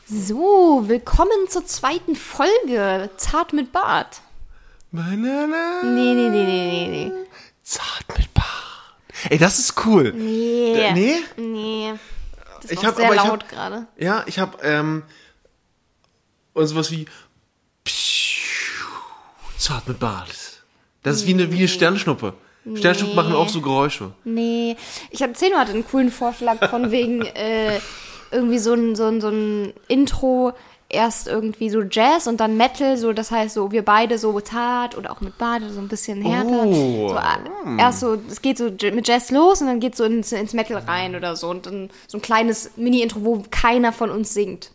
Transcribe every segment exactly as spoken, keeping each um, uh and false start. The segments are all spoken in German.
So, willkommen zur zweiten Folge Zart mit Bart. Banana. Nee, nee, nee, nee, nee, nee. Zart mit Bart. Ey, das ist cool. Nee. D- nee? Nee. Das ist Ich auch hab- sehr aber ich laut hab- gerade. Ja, ich hab, ähm, und sowas wie Zart mit Bart. Das ist wie eine, wie eine Sternschnuppe. Sternschnuppen machen auch so Geräusche. Nee. Ich habe Zeno hatte einen coolen Vorschlag von wegen äh, irgendwie so ein, so ein, so ein Intro, erst irgendwie so Jazz und dann Metal, so das heißt so, wir beide so zart oder auch mit Bart, so ein bisschen härter. Oh. So, äh, erst so, es geht so j- mit Jazz los und dann geht so ins, ins Metal rein oder so. Und dann so ein kleines Mini-Intro, wo keiner von uns singt.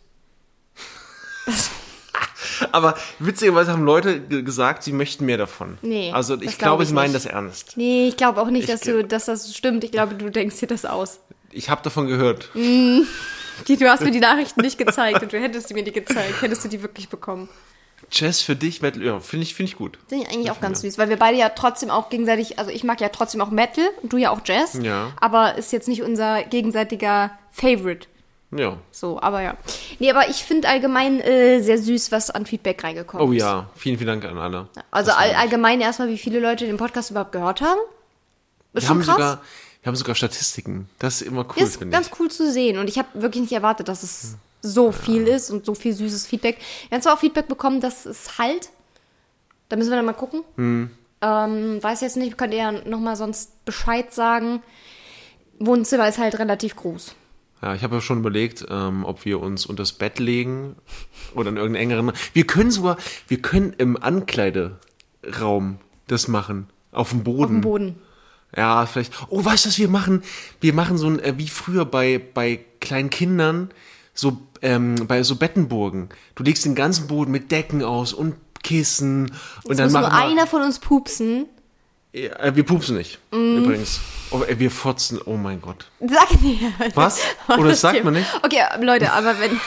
Aber witzigerweise haben Leute g- gesagt, sie möchten mehr davon. Nee, Also das ich glaub glaube, ich sie meinen nicht. das ernst. Nee, ich glaube auch nicht, Ich dass, du, dass das stimmt. Ich glaube, du denkst dir das aus. Ich habe davon gehört. Die, du hast mir die Nachrichten nicht gezeigt und du hättest sie mir die gezeigt, hättest du die wirklich bekommen. Jazz für dich, Metal, ja, finde ich, finde ich gut. Finde ich eigentlich auch ganz süß, weil wir beide ja trotzdem auch gegenseitig, also ich mag ja trotzdem auch Metal und du ja auch Jazz, Ja. aber ist jetzt nicht unser gegenseitiger Favorite. Ja. So, aber ja. Nee, aber ich finde allgemein äh, sehr süß, was an Feedback reingekommen Oh ist. ja, vielen, vielen Dank an alle. Also Das all, war ich. allgemein erstmal, wie viele Leute den Podcast überhaupt gehört haben. Ist Wir schon haben krass. sogar, wir haben sogar Statistiken. Das ist immer cool, Ist finde ganz ich. cool zu sehen. Und ich habe wirklich nicht erwartet, dass es so viel ist und so viel süßes Feedback. Wir haben zwar auch Feedback bekommen, dass es halt. Da müssen wir dann mal gucken. Hm. Ähm, weiß jetzt nicht, könnt ihr ja nochmal sonst Bescheid sagen. Wohnzimmer ist halt relativ groß. Ja, ich habe ja schon überlegt, ähm, ob wir uns unter das Bett legen oder in irgendeinen engeren. Wir können sogar, wir können im Ankleideraum das machen. Auf dem Boden. Auf dem Boden. Ja, vielleicht. Oh, weißt du, was wir machen? Wir machen so ein, äh, wie früher bei, bei kleinen Kindern, so, ähm, bei so Bettenburgen. Du legst den ganzen Boden mit Decken aus und Kissen und Jetzt dann muss nur machen wir. einer von uns pupsen. Ja, äh, wir pupsen nicht, übrigens. Oh, äh, wir fotzen, oh mein Gott. Sag mir. Was? Oder das sagt man nicht? Okay, Leute, aber wenn.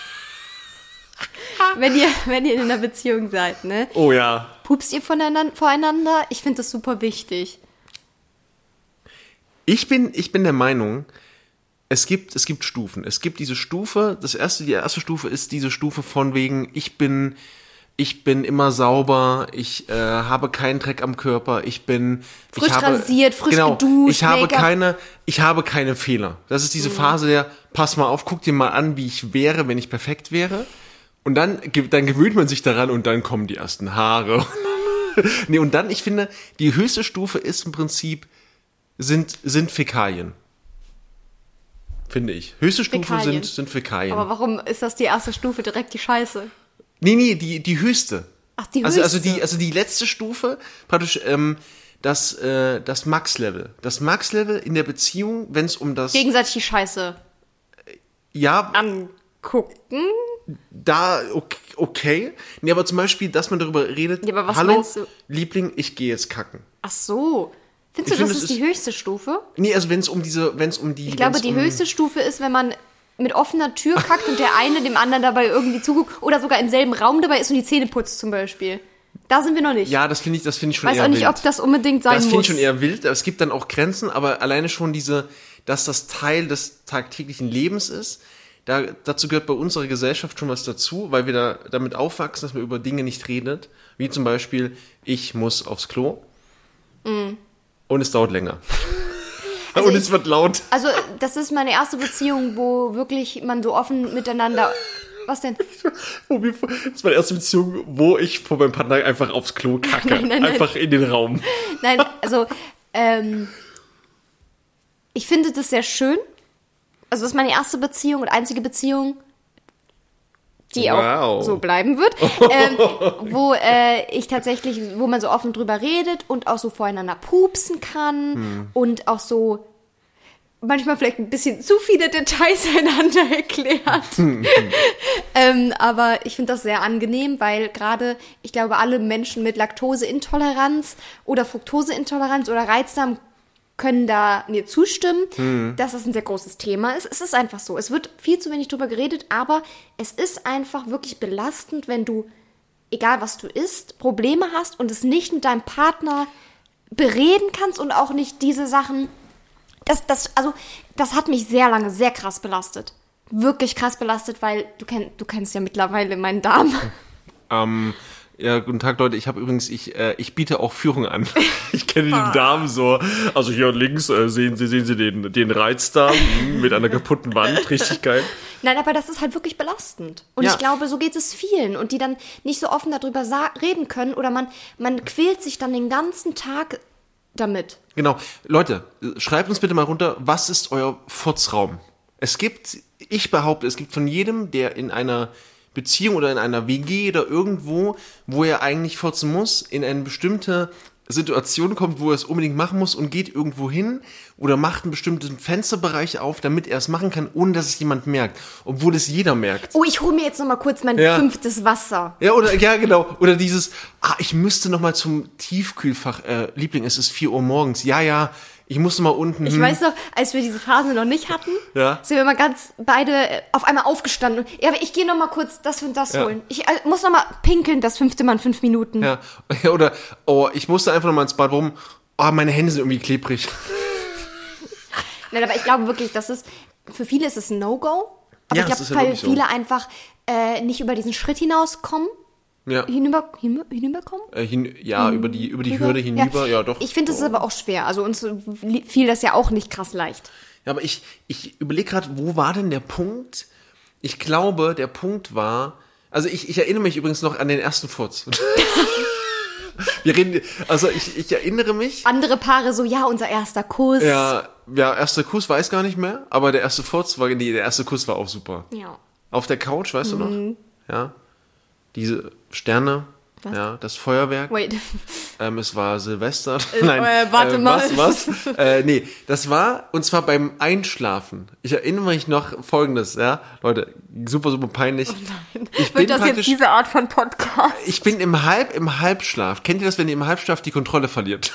wenn, ihr, wenn ihr in einer Beziehung seid, ne? Oh ja. Pupst ihr voneinander, voreinander? Ich finde das super wichtig. Ich bin, ich bin der Meinung, es gibt, es gibt Stufen. Es gibt diese Stufe, das erste, die erste Stufe ist diese Stufe von wegen, ich bin, ich bin immer sauber, ich äh, habe keinen Dreck am Körper, ich bin Frisch ich habe, rasiert, frisch genau, geduscht, ich habe Make-up. keine, ich habe keine Fehler. Das ist diese Phase der, pass mal auf, guck dir mal an, wie ich wäre, wenn ich perfekt wäre. Und dann, ge- dann gewöhnt man sich daran und dann kommen die ersten Haare. Nee, und dann, ich finde, die höchste Stufe ist im Prinzip, sind, sind Fäkalien. Finde ich. Höchste Stufe Fäkalien. sind, sind Fäkalien. Aber warum ist das die erste Stufe direkt die Scheiße? nee, nee, die, die höchste. Ach, die Also, also höchste. die, also die letzte Stufe, praktisch, ähm, das, äh, das Max-Level. Das Max-Level in der Beziehung, wenn es um das, Gegenseitig die Scheiße ja, angucken. da, okay, okay. Nee, aber zum Beispiel, dass man darüber redet, Ja, aber was hallo, meinst du? Liebling, ich gehe jetzt kacken. Ach so. Findest Ich du, finde, das es ist die höchste Stufe? Nee, also wenn es um diese, wenn es um die, Ich glaube, wenn's die um, höchste Stufe ist, wenn man mit offener Tür kackt und der eine dem anderen dabei irgendwie zuguckt oder sogar im selben Raum dabei ist und die Zähne putzt zum Beispiel. Da sind wir noch nicht. Ja, das finde ich, das finde ich schon Weiß eher auch nicht, wild. ob das unbedingt sein Das muss. finde ich schon eher wild. Es gibt dann auch Grenzen, aber alleine schon diese, dass das Teil des tagtäglichen Lebens ist, da, dazu gehört bei unserer Gesellschaft schon was dazu, weil wir da damit aufwachsen, dass man über Dinge nicht redet. Wie zum Beispiel, ich muss aufs Klo. Mm. Und es dauert länger. Also und ich- es wird laut. Also, das ist meine erste Beziehung, wo wirklich man so offen miteinander... Was denn? Wo wir- Das ist meine erste Beziehung, wo ich vor meinem Partner einfach aufs Klo kacke. Nein, nein, nein. Einfach in den Raum. Nein, also, ähm, ich finde das sehr schön. Also, das ist meine erste Beziehung und einzige Beziehung, die auch Wow. so bleiben wird, ähm, wo äh, ich tatsächlich, wo man so offen drüber redet und auch so voreinander pupsen kann Hm. und auch so manchmal vielleicht ein bisschen zu viele Details einander erklärt. ähm, aber ich finde das sehr angenehm, weil gerade, ich glaube, alle Menschen mit Laktoseintoleranz oder Fructoseintoleranz oder Reizdarm können da mir zustimmen, dass das ein sehr großes Thema ist. Es ist einfach so. Es wird viel zu wenig drüber geredet, aber es ist einfach wirklich belastend, wenn du, egal was du isst, Probleme hast und es nicht mit deinem Partner bereden kannst und auch nicht diese Sachen. Das, das, also, das hat mich sehr lange sehr krass belastet. wirklich krass belastet, weil du, kenn, du kennst ja mittlerweile meinen Darm. Ähm, ja, guten Tag, Leute. Ich habe übrigens, ich, äh, ich biete auch Führung an. Ich kenne den Darm so. Also hier links äh, sehen Sie, sehen Sie den, den Reizdarm mit einer kaputten Wand. Richtig geil. Nein, aber das ist halt wirklich belastend. Und Ja. ich glaube, so geht es vielen. Und die dann nicht so offen darüber sa- reden können. Oder man, man quält sich dann den ganzen Tag damit. Genau. Leute, schreibt uns bitte mal runter, was ist euer Furzraum? Es gibt, ich behaupte, es gibt von jedem, der in einer Beziehung oder in einer W G oder irgendwo, wo er eigentlich furzen muss, in eine bestimmte Situation kommt, wo er es unbedingt machen muss und geht irgendwo hin oder macht einen bestimmten Fensterbereich auf, damit er es machen kann, ohne dass es jemand merkt. Obwohl es jeder merkt. Oh, ich hole mir jetzt noch mal kurz mein Ja. fünftes Wasser. Ja, oder, ja, genau. Oder dieses, ah, ich müsste noch mal zum Tiefkühlfach, äh, Liebling, es ist vier Uhr morgens. Ja, ja, ich musste mal unten. Ich hm. weiß noch, als wir diese Phase noch nicht hatten, Ja. sind wir mal ganz beide äh, auf einmal aufgestanden. Ja, aber ich gehe noch mal kurz das und das Ja. holen. Ich äh, muss noch mal pinkeln, das fünfte Mal in fünf Minuten. Ja. Ja, oder, oh, ich musste einfach noch mal ins Bad, warum? Oh, meine Hände sind irgendwie klebrig. Nein, aber ich glaube wirklich, das ist, für viele ist es ein No-Go. Aber Ja, ich es glaube, ist ja weil wirklich so. viele einfach äh, nicht über diesen Schritt hinauskommen, Ja. hinüber, hinüber, hinüberkommen. Äh, hin, ja, über die, über die Hürde hinüber, ja, doch. Ich finde, es ist aber auch schwer. Also uns li- fiel das ja auch nicht krass leicht. Ja, aber ich, ich überlege gerade, wo war denn der Punkt? Ich glaube, der Punkt war, also ich, ich erinnere mich übrigens noch an den ersten Furz. Wir reden, also ich, ich erinnere mich, Andere Paare so, ja, unser erster Kuss. ja, ja, erster Kuss weiß gar nicht mehr, aber der erste Furz war, nee, der erste Kuss war auch super. Ja. Auf der Couch, weißt du noch? Ja. Diese Sterne, Was? ja, das Feuerwerk. Wait. Ähm, es war Silvester. äh, warte mal. Was, was? äh, nee, das war, und zwar beim Einschlafen. Ich erinnere mich noch Folgendes, ja. Leute, super, super peinlich. Ich bin Wird das jetzt praktisch, diese Art von Podcast? ich bin im Halb, im Halbschlaf. Kennt ihr das, wenn ihr im Halbschlaf die Kontrolle verliert?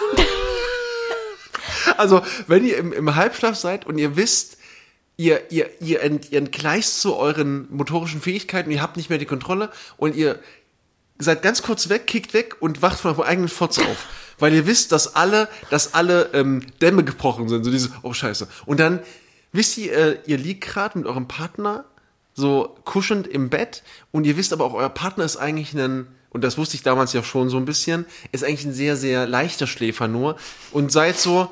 Also, wenn ihr im, im Halbschlaf seid und ihr wisst, ihr, ihr, ihr, ent, ihr entgleist zu euren motorischen Fähigkeiten, ihr habt nicht mehr die Kontrolle und ihr seid ganz kurz weg, kickt weg und wacht von eurem eigenen Fotze auf. Weil ihr wisst, dass alle, dass alle ähm, Dämme gebrochen sind. So dieses, oh scheiße. Und dann wisst ihr, äh, ihr liegt gerade mit eurem Partner so kuschelnd im Bett und ihr wisst aber auch, euer Partner ist eigentlich ein, und das wusste ich damals ja schon so ein bisschen, ist eigentlich ein sehr, sehr leichter Schläfer nur und seid so,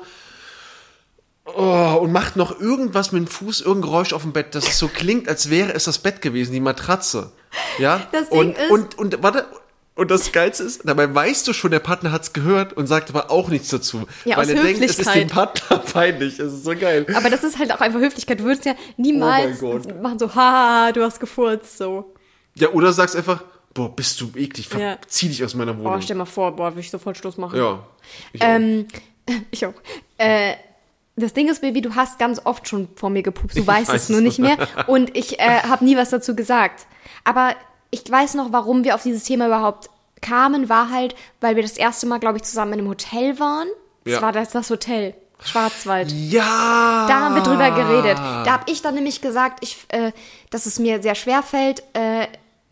oh, und macht noch irgendwas mit dem Fuß, irgendein Geräusch auf dem Bett, dass es so klingt, als wäre es das Bett gewesen, die Matratze. Ja? Das Ding und, ist- und, und, warte, und das Geilste ist, dabei weißt du schon, der Partner hat's gehört und sagt aber auch nichts dazu. Ja, weil aus er denkt, es ist Höflichkeit. dem Partner peinlich. Es ist so geil. Aber das ist halt auch einfach Höflichkeit. Du würdest ja niemals Oh mein Gott. machen so, haha, du hast gefurzt, so. Ja, oder sagst einfach, boah, bist du eklig, Ja. verzieh dich aus meiner Oh, Wohnung. stell mal vor, boah, würde ich sofort Schluss machen. Ja. Ich auch. Ähm, ich auch. Äh, das Ding ist, Baby, du hast ganz oft schon vor mir gepupst. Du Ich weißt weiß es nur es. nicht mehr. Und ich äh, habe nie was dazu gesagt. Aber ich weiß noch, warum wir auf dieses Thema überhaupt kamen, war halt, weil wir das erste Mal, glaube ich, zusammen in einem Hotel waren. Das Ja. war das, das Hotel. Schwarzwald. Ja. Da haben wir drüber geredet. Da habe ich dann nämlich gesagt, ich, äh, dass es mir sehr schwer fällt, äh,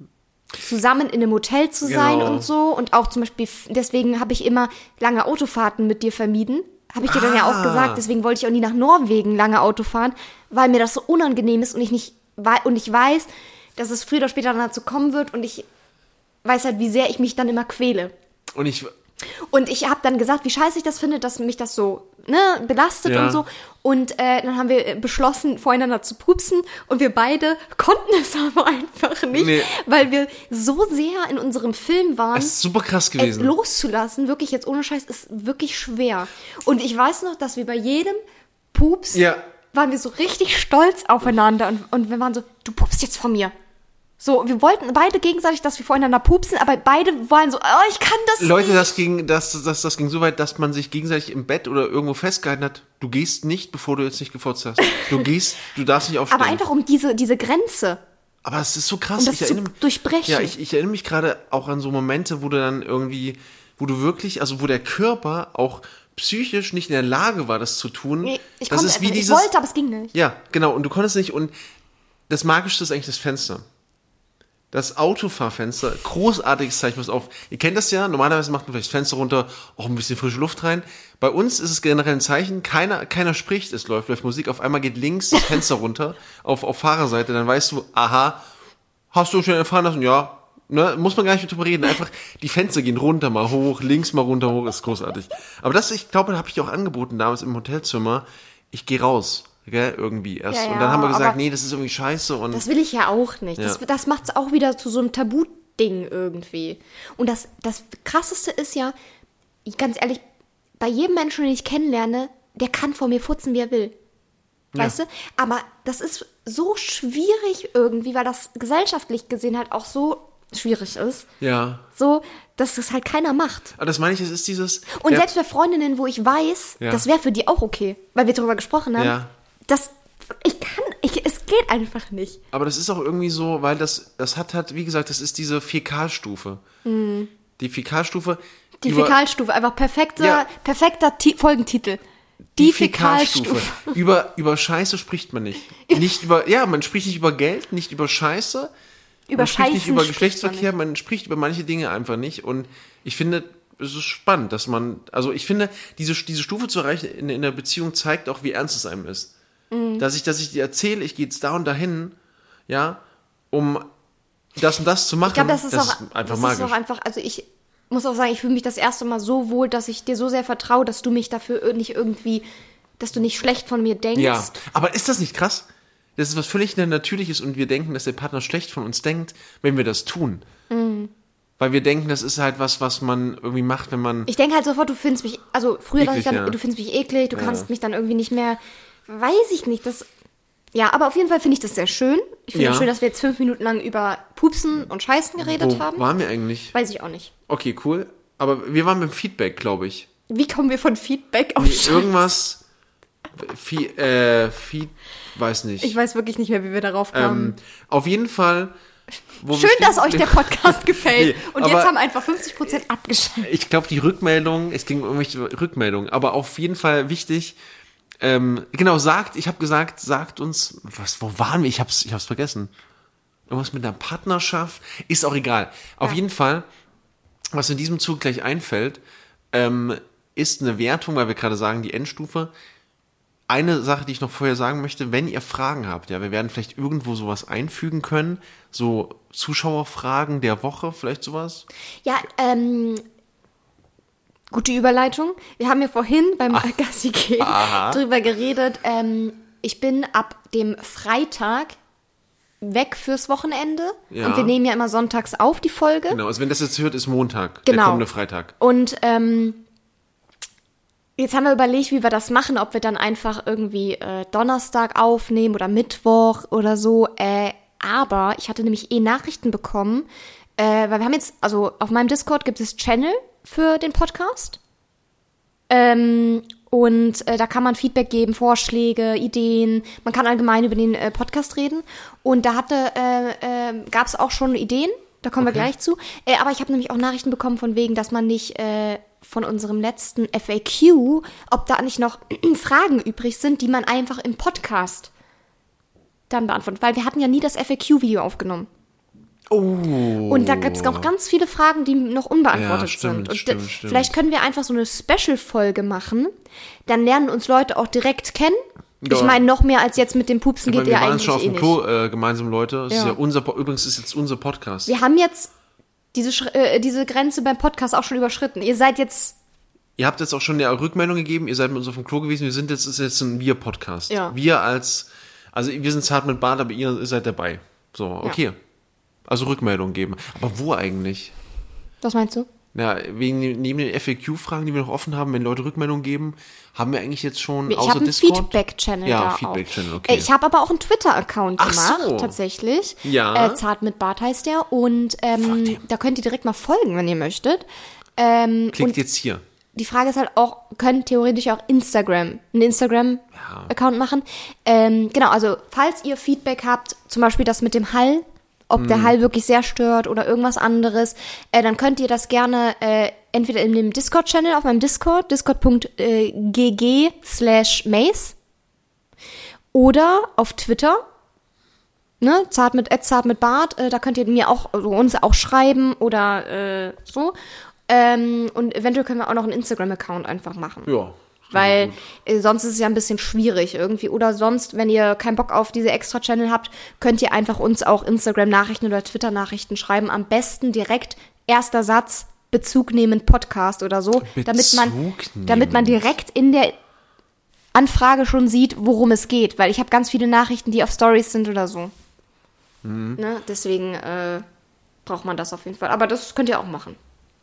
zusammen in einem Hotel zu sein Genau. und so. Und auch zum Beispiel, f- deswegen habe ich immer lange Autofahrten mit dir vermieden. Habe ich dir dann ja auch Ah. gesagt. Deswegen wollte ich auch nie nach Norwegen lange Auto fahren, weil mir das so unangenehm ist und ich nicht wei- und ich weiß, dass es früher oder später dann dazu kommen wird und ich weiß halt, wie sehr ich mich dann immer quäle. Und ich, Und ich habe dann gesagt, wie scheiße ich das finde, dass mich das so ne, belastet Ja. und so. Und äh, dann haben wir beschlossen, voreinander zu pupsen. Und wir beide konnten es aber einfach nicht, Nee. weil wir so sehr in unserem Film waren. es ist super krass äh, gewesen. loszulassen, wirklich jetzt ohne Scheiß, ist wirklich schwer. Und ich weiß noch, dass wir bei jedem Pups Ja. waren wir so richtig stolz aufeinander. Und, und wir waren so, du pupst jetzt von mir. So, wir wollten beide gegenseitig, dass wir voreinander pupsen, aber beide waren so, oh, ich kann das Leute, nicht. das ging, das, das, das ging so weit, dass man sich gegenseitig im Bett oder irgendwo festgehalten hat. Du gehst nicht, bevor du jetzt nicht gefurzt hast. Du gehst, du darfst nicht aufstehen. Aber einfach um diese, diese Grenze. Aber es ist so krass. Um das ich zu erinnere, mich- durchbrechen. Ja, ich, ich erinnere mich gerade auch an so Momente, wo du dann irgendwie, wo du wirklich, also wo der Körper auch psychisch nicht in der Lage war, das zu tun. Nee, ich, das konnte ist wie einfach, dieses, ich wollte, aber es ging nicht. ja, genau. Und du konntest nicht. Und das Magischste ist eigentlich das Fenster. Das Autofahrfenster, großartiges Zeichen, pass auf. Ihr kennt das ja, normalerweise macht man vielleicht das Fenster runter, auch ein bisschen frische Luft rein. Bei uns ist es generell ein Zeichen, keiner, keiner spricht, es läuft, läuft Musik, auf einmal geht links das Fenster runter, auf, auf Fahrerseite, dann weißt du, aha, hast du schon erfahren lassen? Ja, ne, muss man gar nicht drüber reden, einfach, die Fenster gehen runter, mal hoch, links mal runter, hoch, ist großartig. Aber das, ich glaube, habe ich auch angeboten damals im Hotelzimmer, ich gehe raus. Gell, irgendwie erst. Ja, ja, und dann haben wir gesagt, aber nee, das ist irgendwie scheiße. Und das will ich ja auch nicht. Ja. Das, das macht es auch wieder zu so einem Tabu-Ding irgendwie. Und das, das Krasseste ist ja, ganz ehrlich, bei jedem Menschen, den ich kennenlerne, der kann vor mir futzen, wie er will. Weißt Ja. du? Aber das ist so schwierig irgendwie, weil das gesellschaftlich gesehen halt auch so schwierig ist. ja. So, dass das halt keiner macht. Aber das meine ich, es ist dieses... Und der, selbst bei Freundinnen, wo ich weiß, Ja. das wäre für die auch okay, weil wir darüber gesprochen haben. Ja. Das, ich kann, ich, es geht einfach nicht. Aber das ist auch irgendwie so, weil das, das hat halt, wie gesagt, das ist diese Fäkalstufe. Mhm. Die Fäkalstufe... Die über- Fäkalstufe, einfach perfekter, Ja. perfekter Ti- Folgentitel. Die, Fäkalstufe. Über, über Scheiße spricht man nicht. Nicht über, ja, man spricht nicht über Geld, nicht über Scheiße. Über man spricht nicht Scheißen über spricht Geschlechtsverkehr, man, spricht über manche Dinge einfach nicht. Und ich finde, es ist spannend, dass man, also ich finde, diese, diese Stufe zu erreichen in, in der Beziehung zeigt auch, wie ernst es einem ist. Mhm. Dass ich, dass ich dir erzähle, ich gehe jetzt da und dahin, ja, um das und das zu machen. Ich glaube, das ist auch einfach das magisch. ist auch einfach, also ich muss auch sagen, ich fühle mich das erste Mal so wohl, dass ich dir so sehr vertraue, dass du mich dafür nicht irgendwie, dass du nicht schlecht von mir denkst. Ja, aber ist das nicht krass? Das ist was völlig Natürliches und wir denken, dass der Partner schlecht von uns denkt, wenn wir das tun. Mhm. Weil wir denken, das ist halt was, was man irgendwie macht, wenn man... Ich denke halt sofort, du findest mich, also früher dachte ich Eklig, dann, ja. du findest mich eklig, du Ja. kannst mich dann irgendwie nicht mehr, weiß ich nicht, das, ja, aber auf jeden Fall finde ich das sehr schön. Ich finde Ja. es schön, dass wir jetzt fünf Minuten lang über Pupsen und Scheißen geredet Wo haben. waren wir eigentlich? Weiß ich auch nicht. Okay, cool. Aber wir waren beim Feedback, glaube ich. Wie kommen wir von Feedback auf Nee, Scheißen? irgendwas... Fie, äh, Feed... Weiß nicht. Ich weiß wirklich nicht mehr, wie wir darauf kamen. ähm, auf jeden Fall... wo wir Schön, stehen- dass euch der Podcast gefällt. Nee, und aber- jetzt haben einfach fünfzig Prozent abgeschaltet. Ich glaube, die Rückmeldung, es ging um irgendwelche Rückmeldungen, aber auf jeden Fall wichtig, ähm, genau, sagt, ich habe gesagt, sagt uns, was, wo waren wir? Ich hab's, ich hab's vergessen. Irgendwas mit einer Partnerschaft, ist auch egal. Auf Ja. jeden Fall, was in diesem Zug gleich einfällt, ähm, ist eine Wertung, weil wir gerade sagen, die Endstufe. Eine Sache, die ich noch vorher sagen möchte, wenn ihr Fragen habt, ja, wir werden vielleicht irgendwo sowas einfügen können, so Zuschauerfragen der Woche, vielleicht sowas. Ja, ähm, gute Überleitung. Wir haben ja vorhin beim Gassi gehen Aha. drüber geredet. Ähm, ich bin ab dem Freitag weg fürs Wochenende. Ja. Und wir nehmen ja immer sonntags auf, die Folge. Genau, also wenn das jetzt hört, ist Montag, der Genau. kommende Freitag. Und ähm, jetzt haben wir überlegt, wie wir das machen, ob wir dann einfach irgendwie äh, Donnerstag aufnehmen oder Mittwoch oder so. Äh, aber ich hatte nämlich eh Nachrichten bekommen, äh, weil wir haben jetzt, also auf meinem Discord gibt es Channel für den Podcast. Ähm, und äh, da kann man Feedback geben, Vorschläge, Ideen. Man kann allgemein über den äh, Podcast reden. Und da hatte, äh, äh, gab es auch schon Ideen. Da kommen Okay. wir gleich zu. Äh, aber ich habe nämlich auch Nachrichten bekommen von wegen, dass man nicht äh, von unserem letzten F A Q, ob da nicht noch Fragen übrig sind, die man einfach im Podcast dann beantwortet. Weil wir hatten ja nie das F A Q-Video aufgenommen. Oh. Und da gibt es noch ganz viele Fragen, die noch unbeantwortet Ja, stimmt, sind. Und stimmt, d- stimmt. vielleicht können wir einfach so eine Special-Folge machen. Dann lernen uns Leute auch direkt kennen. Ja. Ich meine, noch mehr als jetzt mit dem Pupsen Ich meine, geht wir ja waren eigentlich schon auf eh dem nicht. Klo äh, gemeinsam, Leute. Das Ja. ist ja unser, Po- übrigens ist jetzt unser Podcast. Wir haben jetzt diese, Schri- äh, diese Grenze beim Podcast auch schon überschritten. Ihr seid jetzt, Ihr habt jetzt auch schon eine Rückmeldung gegeben, ihr seid mit uns auf dem Klo gewesen, wir sind jetzt, ist jetzt ein Wir-Podcast. Ja. Wir als, also wir sind zart mit Bart, aber ihr seid dabei. So, okay. Also Rückmeldung geben. Aber wo eigentlich? was meinst du? Ja, wegen neben den F A Q-Fragen, die wir noch offen haben, wenn Leute Rückmeldung geben, haben wir eigentlich jetzt schon Ich außer habe einen Discord? Feedback-Channel Ja, da Feedback-Channel, auch. okay. Äh, Ich habe aber auch einen Twitter-Account Ach gemacht, so. tatsächlich. Ja. Äh, Zart mit Bart heißt der. Und ähm, Folgt dem. da könnt ihr direkt mal folgen, wenn ihr möchtet. Ähm, Klickt und jetzt hier. die Frage ist halt auch, können theoretisch auch Instagram, einen Instagram-Account machen. Ähm, genau, also falls ihr Feedback habt, zum Beispiel das mit dem Hall, ob der Hall wirklich sehr stört oder irgendwas anderes, äh, dann könnt ihr das gerne äh, entweder in dem Discord-Channel auf meinem Discord, discord.gg slash maze oder auf Twitter. ne, zart mit Ed, zart mit Bart, äh, da könnt ihr mir auch, also uns auch schreiben oder äh, so. Ähm, und eventuell können wir auch noch einen Instagram-Account einfach machen. Ja. Weil äh, sonst ist es ja ein bisschen schwierig irgendwie. Oder sonst, wenn ihr keinen Bock auf diese Extra-Channel habt, könnt ihr einfach uns auch Instagram-Nachrichten oder Twitter-Nachrichten schreiben. Am besten direkt erster Satz, Bezug nehmen, Podcast oder so. Bezug damit man, nehmen. damit man direkt in der Anfrage schon sieht, worum es geht. Weil ich habe ganz viele Nachrichten, die auf Stories sind oder so. Mhm. Ne? Deswegen äh, braucht man das auf jeden Fall. Aber das könnt ihr auch machen.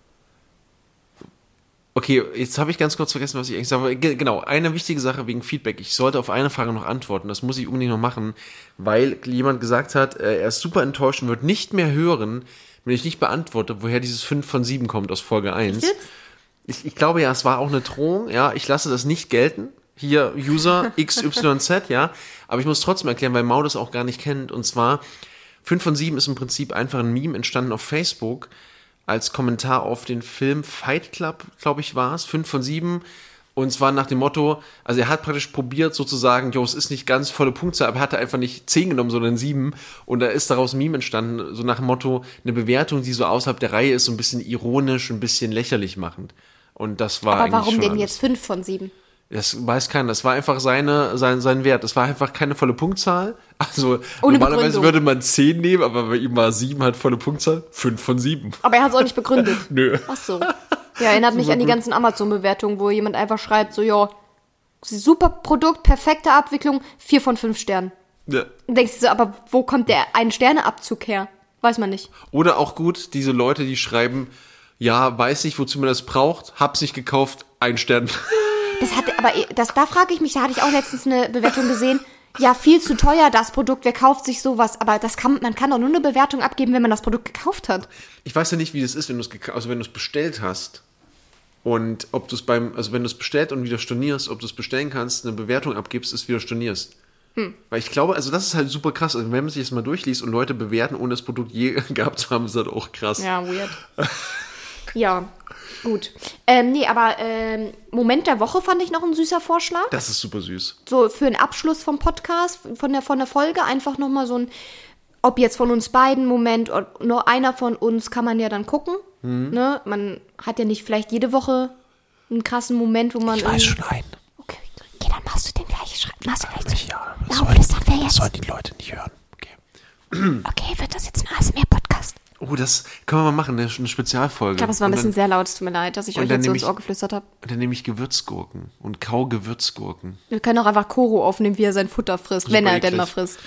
Okay, jetzt habe ich ganz kurz vergessen, was ich eigentlich sage. Genau, eine wichtige Sache wegen Feedback. Ich sollte auf eine Frage noch antworten. Das muss ich unbedingt noch machen, weil jemand gesagt hat, er ist super enttäuscht und wird nicht mehr hören, wenn ich nicht beantworte, woher dieses fünf von sieben kommt aus Folge eins. Ich, ich glaube ja, es war auch eine Drohung. Ja, ich lasse das nicht gelten. Hier, User X Y Z, ja. Aber ich muss trotzdem erklären, weil Mau das auch gar nicht kennt. Und zwar, fünf von sieben ist im Prinzip einfach ein Meme entstanden auf Facebook, als Kommentar auf den Film Fight Club, glaube ich, war es, fünf von sieben. Und zwar nach dem Motto, also er hat praktisch probiert sozusagen, jo, es ist nicht ganz volle Punktzahl, aber er hatte einfach nicht zehn genommen, sondern sieben. Und da ist daraus ein Meme entstanden, so nach dem Motto, eine Bewertung, die so außerhalb der Reihe ist, so ein bisschen ironisch, ein bisschen lächerlich machend. Und das war aber eigentlich warum schon denn alles. jetzt fünf von sieben? Das weiß keiner. Das war einfach seine, sein, sein Wert. Das war einfach keine volle Punktzahl. Also Ohne normalerweise Begründung. würde man zehn nehmen, aber bei ihm war sieben halt volle Punktzahl. fünf von sieben. Aber er hat es auch nicht begründet. Nö. Ach so. Ja, erinnert mich an die ganzen Amazon-Bewertungen, wo jemand einfach schreibt, so, ja, super Produkt, perfekte Abwicklung, vier von fünf Sternen. Ja. Und denkst du so, aber wo kommt der Ein-Sterne-Abzug her? Weiß man nicht. Oder auch gut, diese Leute, die schreiben, ja, weiß nicht, wozu man das braucht, hab's nicht gekauft, ein Stern. Das hatte, aber das, da frage ich mich, da hatte ich auch letztens eine Bewertung gesehen, ja, viel zu teuer, das Produkt, wer kauft sich sowas? Aber das kann, man kann doch nur eine Bewertung abgeben, wenn man das Produkt gekauft hat. Ich weiß ja nicht, wie das ist, wenn du es also wenn du es bestellt hast und ob du es beim, also wenn du es bestellt und wieder stornierst, ob du es bestellen kannst, eine Bewertung abgibst, es wieder stornierst. Hm. Weil ich glaube, also das ist halt super krass. Also wenn man sich das mal durchliest und Leute bewerten, ohne das Produkt je gehabt zu haben, ist das auch krass. Ja, weird. Ja, gut. Ähm, nee, aber ähm, Moment der Woche fand ich noch ein süßer Vorschlag. Das ist super süß. So für den Abschluss vom Podcast, von der, von der Folge, einfach nochmal so ein, ob jetzt von uns beiden Moment oder nur einer von uns, kann man ja dann gucken. Mhm. Ne? Man hat ja nicht vielleicht jede Woche einen krassen Moment, wo man... Ich weiß schon einen. Okay, okay, dann machst du den gleich. Schreib, machst du gleich so. Ja, das sollen, das wir jetzt. sollen die Leute nicht hören. Okay, okay, wird das jetzt ein A S M R-Podcast? Oh, das können wir mal machen, eine, eine Spezialfolge. Ich glaube, es war ein bisschen dann, sehr laut, es tut mir leid, dass ich euch jetzt so ins Ohr geflüstert habe. Und dann nehme ich Gewürzgurken und kau Gewürzgurken. Wir können auch einfach Koro aufnehmen, wie er sein Futter frisst, super wenn er eklig. Denn mal frisst.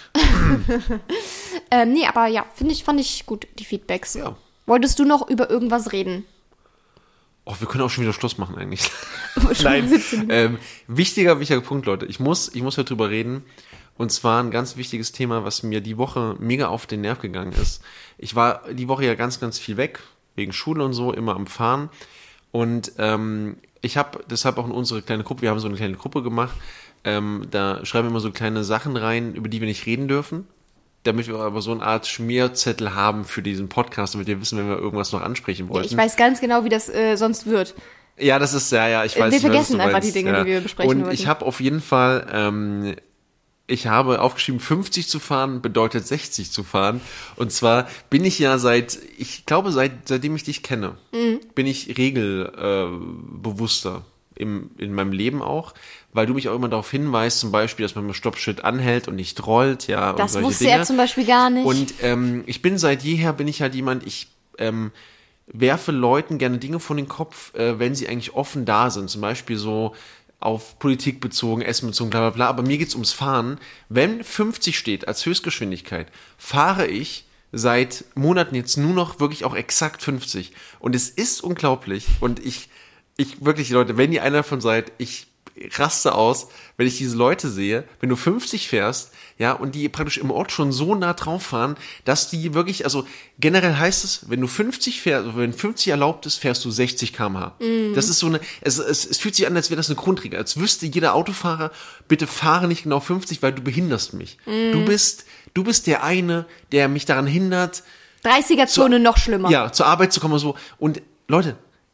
ähm, nee, aber ja, finde ich, fand ich gut, die Feedbacks. Ja. Wolltest du noch über irgendwas reden? Oh, wir können auch schon wieder Schluss machen eigentlich. Nein, ähm, wichtiger, wichtiger Punkt, Leute. Ich muss, ich muss heute drüber reden. Und zwar ein ganz wichtiges Thema, was mir die Woche mega auf den Nerv gegangen ist. Ich war die Woche ja ganz, ganz viel weg, wegen Schule und so, immer am Fahren. Und ähm, ich habe deshalb auch in unsere kleine Gruppe, wir haben so eine kleine Gruppe gemacht, ähm, da schreiben wir immer so kleine Sachen rein, über die wir nicht reden dürfen, damit wir aber so eine Art Schmierzettel haben für diesen Podcast, damit wir wissen, wenn wir irgendwas noch ansprechen wollten. Ja, ich weiß ganz genau, wie das äh, sonst wird. Ja, das ist, ja, ja, ich weiß. Wir vergessen weiß, einfach meinst. die Dinge, ja. die wir besprechen Und wollten. Und ich habe auf jeden Fall... Ähm, Ich habe aufgeschrieben, fünfzig zu fahren bedeutet sechzig zu fahren. Und zwar bin ich ja seit, ich glaube, seit, seitdem ich dich kenne, mhm. bin ich regelbewusster äh, im, in meinem Leben auch, weil du mich auch immer darauf hinweist, zum Beispiel, dass man mit Stoppschild anhält und nicht rollt. Ja, das und solche wusste Dinge. er zum Beispiel gar nicht. Und ähm, ich bin seit jeher, bin ich halt jemand, ich ähm, werfe Leuten gerne Dinge vor den Kopf, äh, wenn sie eigentlich offen da sind. Zum Beispiel so auf Politik bezogen, Essen bezogen, bla bla bla. Aber mir geht's ums Fahren. Wenn fünfzig steht als Höchstgeschwindigkeit, fahre ich seit Monaten jetzt nur noch wirklich auch exakt fünfzig. Und es ist unglaublich. Und ich, ich wirklich, Leute, wenn ihr einer davon seid, ich raste aus, wenn ich diese Leute sehe, wenn du fünfzig fährst, ja, und die praktisch im Ort schon so nah drauf fahren, dass die wirklich, also generell heißt es, wenn du fünfzig fährst, also wenn fünfzig erlaubt ist, fährst du sechzig Kilometer pro Stunde. Mm. Das ist so eine, es, es, es fühlt sich an, als wäre das eine Grundregel, als wüsste jeder Autofahrer, bitte fahre nicht genau fünfzig, weil du behinderst mich. Mm. Du bist, du bist der eine, der mich daran hindert, dreißiger-Zone noch schlimmer. Ja, zur Arbeit zu kommen und so. Und Leute,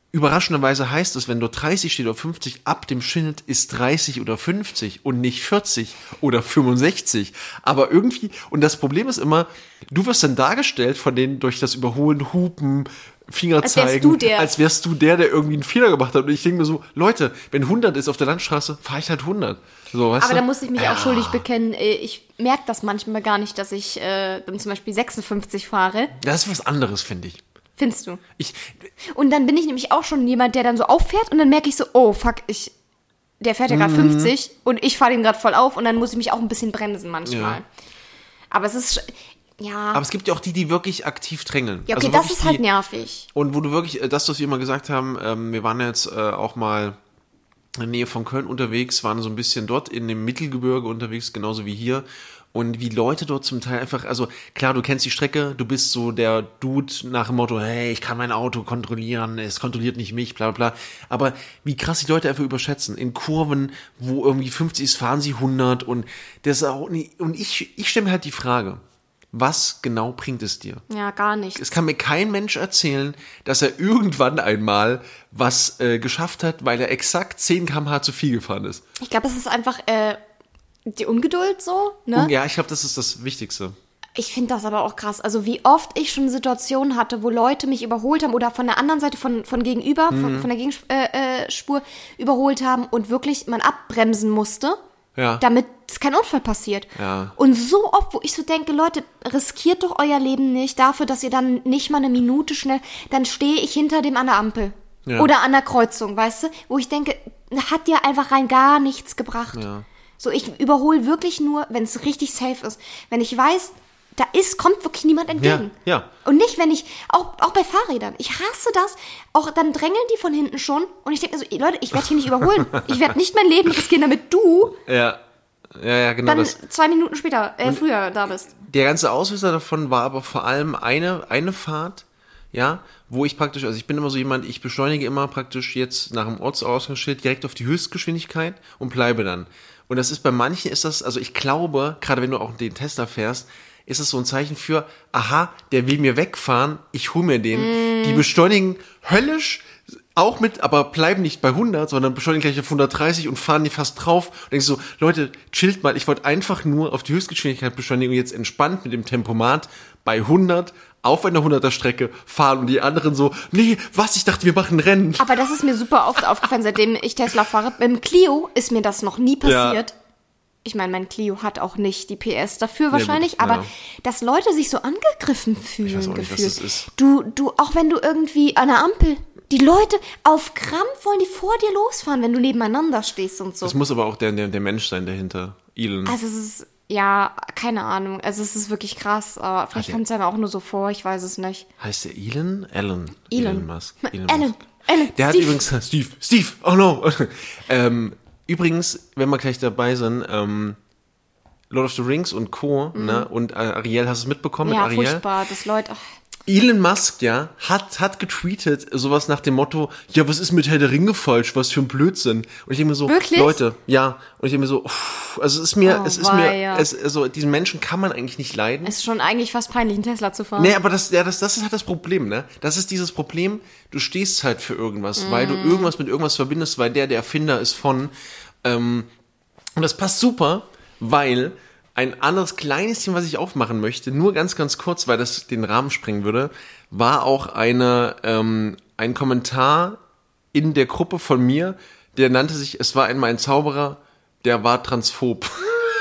überraschenderweise heißt es, wenn dort dreißig steht oder fünfzig, ab dem Schild ist dreißig oder fünfzig und nicht vierzig oder fünfundsechzig. Aber irgendwie, und das Problem ist immer, du wirst dann dargestellt von denen durch das Überholen, Hupen, Finger als zeigen, wärst du der. als wärst du der, der irgendwie einen Fehler gemacht hat. Und ich denke mir so, Leute, wenn hundert ist auf der Landstraße, fahre ich halt hundert. So, weißt Aber du? da muss ich mich ja. auch schuldig bekennen. Ich merke das manchmal gar nicht, dass ich äh, dann zum Beispiel sechsundfünfzig fahre. Das ist was anderes, finde ich. Findest du? Ich, Und dann bin ich nämlich auch schon jemand, der dann so auffährt und dann merke ich so, oh fuck, ich, der fährt ja gerade Mhm. fünfzig und ich fahre den gerade voll auf und dann muss ich mich auch ein bisschen bremsen manchmal. Ja. Aber es ist, sch- ja, aber es gibt ja auch die, die wirklich aktiv drängeln. ja okay, Also das wirklich ist halt die, nervig. Und wo du wirklich, äh, das, was wir immer gesagt haben, ähm, wir waren jetzt äh, auch mal in der Nähe von Köln unterwegs, waren so ein bisschen dort in dem Mittelgebirge unterwegs, genauso wie hier. Und wie Leute dort zum Teil einfach, also klar, du kennst die Strecke, du bist so der Dude nach dem Motto, hey, ich kann mein Auto kontrollieren, es kontrolliert nicht mich, bla bla bla. Aber wie krass die Leute einfach überschätzen. In Kurven, wo irgendwie fünfzig ist, fahren sie hundert und das auch nicht, und ich, ich stelle mir halt die Frage, was genau bringt es dir? Ja, gar nicht. Es kann mir kein Mensch erzählen, dass er irgendwann einmal was äh, geschafft hat, weil er exakt zehn Kilometer pro Stunde zu viel gefahren ist. Ich glaube, es ist einfach äh, die Ungeduld so, ne? Und ja, ich glaube, das ist das Wichtigste. Ich finde das aber auch krass. Also wie oft ich schon Situationen hatte, wo Leute mich überholt haben oder von der anderen Seite, von, von gegenüber, Mhm. von, von der Gegenspur äh, äh, Spur überholt haben und wirklich man abbremsen musste, Ja. damit kein Unfall passiert. Ja. Und so oft, wo ich so denke, Leute, riskiert doch euer Leben nicht dafür, dass ihr dann nicht mal eine Minute schnell, dann stehe ich hinter dem an der Ampel. Ja. Oder an der Kreuzung, weißt du? Wo ich denke, hat dir einfach rein gar nichts gebracht. Ja. So, ich überhole wirklich nur, wenn es richtig safe ist. Wenn ich weiß, da ist, kommt wirklich niemand entgegen. Ja, ja. Und nicht, wenn ich, auch, auch bei Fahrrädern. Ich hasse das. Auch dann drängeln die von hinten schon. Und ich denke mir so, Leute, ich werde hier nicht überholen. Ich werde nicht mein Leben riskieren, damit du Ja, ja, ja, genau dann das. zwei Minuten später, äh, früher da bist. Der ganze Auslöser davon war aber vor allem eine, eine Fahrt, ja, wo ich praktisch, also ich bin immer so jemand, ich beschleunige immer praktisch jetzt nach dem Ortsausgangsschild direkt auf die Höchstgeschwindigkeit und bleibe dann. Und das ist bei manchen ist das, also ich glaube, gerade wenn du auch den Tesla fährst, ist es so ein Zeichen für, aha, der will mir wegfahren, ich hol mir den. Mm. Die beschleunigen höllisch, auch mit, aber bleiben nicht bei hundert, sondern beschleunigen gleich auf hundertdreißig und fahren die fast drauf. Und denkst so, Leute, chillt mal, ich wollte einfach nur auf die Höchstgeschwindigkeit beschleunigen und jetzt entspannt mit dem Tempomat bei hundert auf einer hunderter Strecke fahren und die anderen so, nee, was, ich dachte, wir machen Rennen. Aber das ist mir super oft aufgefallen, seitdem ich Tesla fahre. Beim Clio ist mir das noch nie passiert. Ja. Ich meine, mein Clio hat auch nicht die P S dafür wahrscheinlich, ja, gut, aber ja. Dass Leute sich so angegriffen fühlen, ich weiß auch nicht, gefühlt. Was das ist. Du, du, auch wenn du irgendwie an der Ampel, die Leute auf Krampf wollen die vor dir losfahren, wenn du nebeneinander stehst und so. Das muss aber auch der, der, der Mensch sein dahinter, Elon. Also es ist, ja, keine Ahnung, also es ist wirklich krass, aber vielleicht kommt es einem auch nur so vor, ich weiß es nicht. Heißt der Elon? Elon. Elon. Elon Musk. Elon. Elon. Elon. Der Steve. hat übrigens, Steve, Steve, oh no. ähm, übrigens, wenn wir gleich dabei sind, ähm, Lord of the Rings und Co. Mhm. Ne? Und Ariel, hast du es mitbekommen ja, mit Ariel? Ja, furchtbar, das Leute... Ach. Elon Musk, ja, hat, hat getweetet, sowas nach dem Motto, ja, was ist mit Herr der Ringe falsch, was für ein Blödsinn. Und ich denke mir so, wirklich? Leute, ja, und ich denke mir so, uff, also es ist mir, oh, es ist mir, ja. es, also diesen Menschen kann man eigentlich nicht leiden. Es ist schon eigentlich fast peinlich, einen Tesla zu fahren. Nee, aber das, ja, das, das ist halt das Problem, ne? Das ist dieses Problem, du stehst halt für irgendwas, mm. weil du irgendwas mit irgendwas verbindest, weil der der Erfinder ist von, ähm, und das passt super, weil ein anderes kleines Thema, was ich aufmachen möchte, nur ganz, ganz kurz, weil das den Rahmen sprengen würde, war auch eine, ähm, ein Kommentar in der Gruppe von mir, der nannte sich, es war einmal ein Zauberer, der war transphob.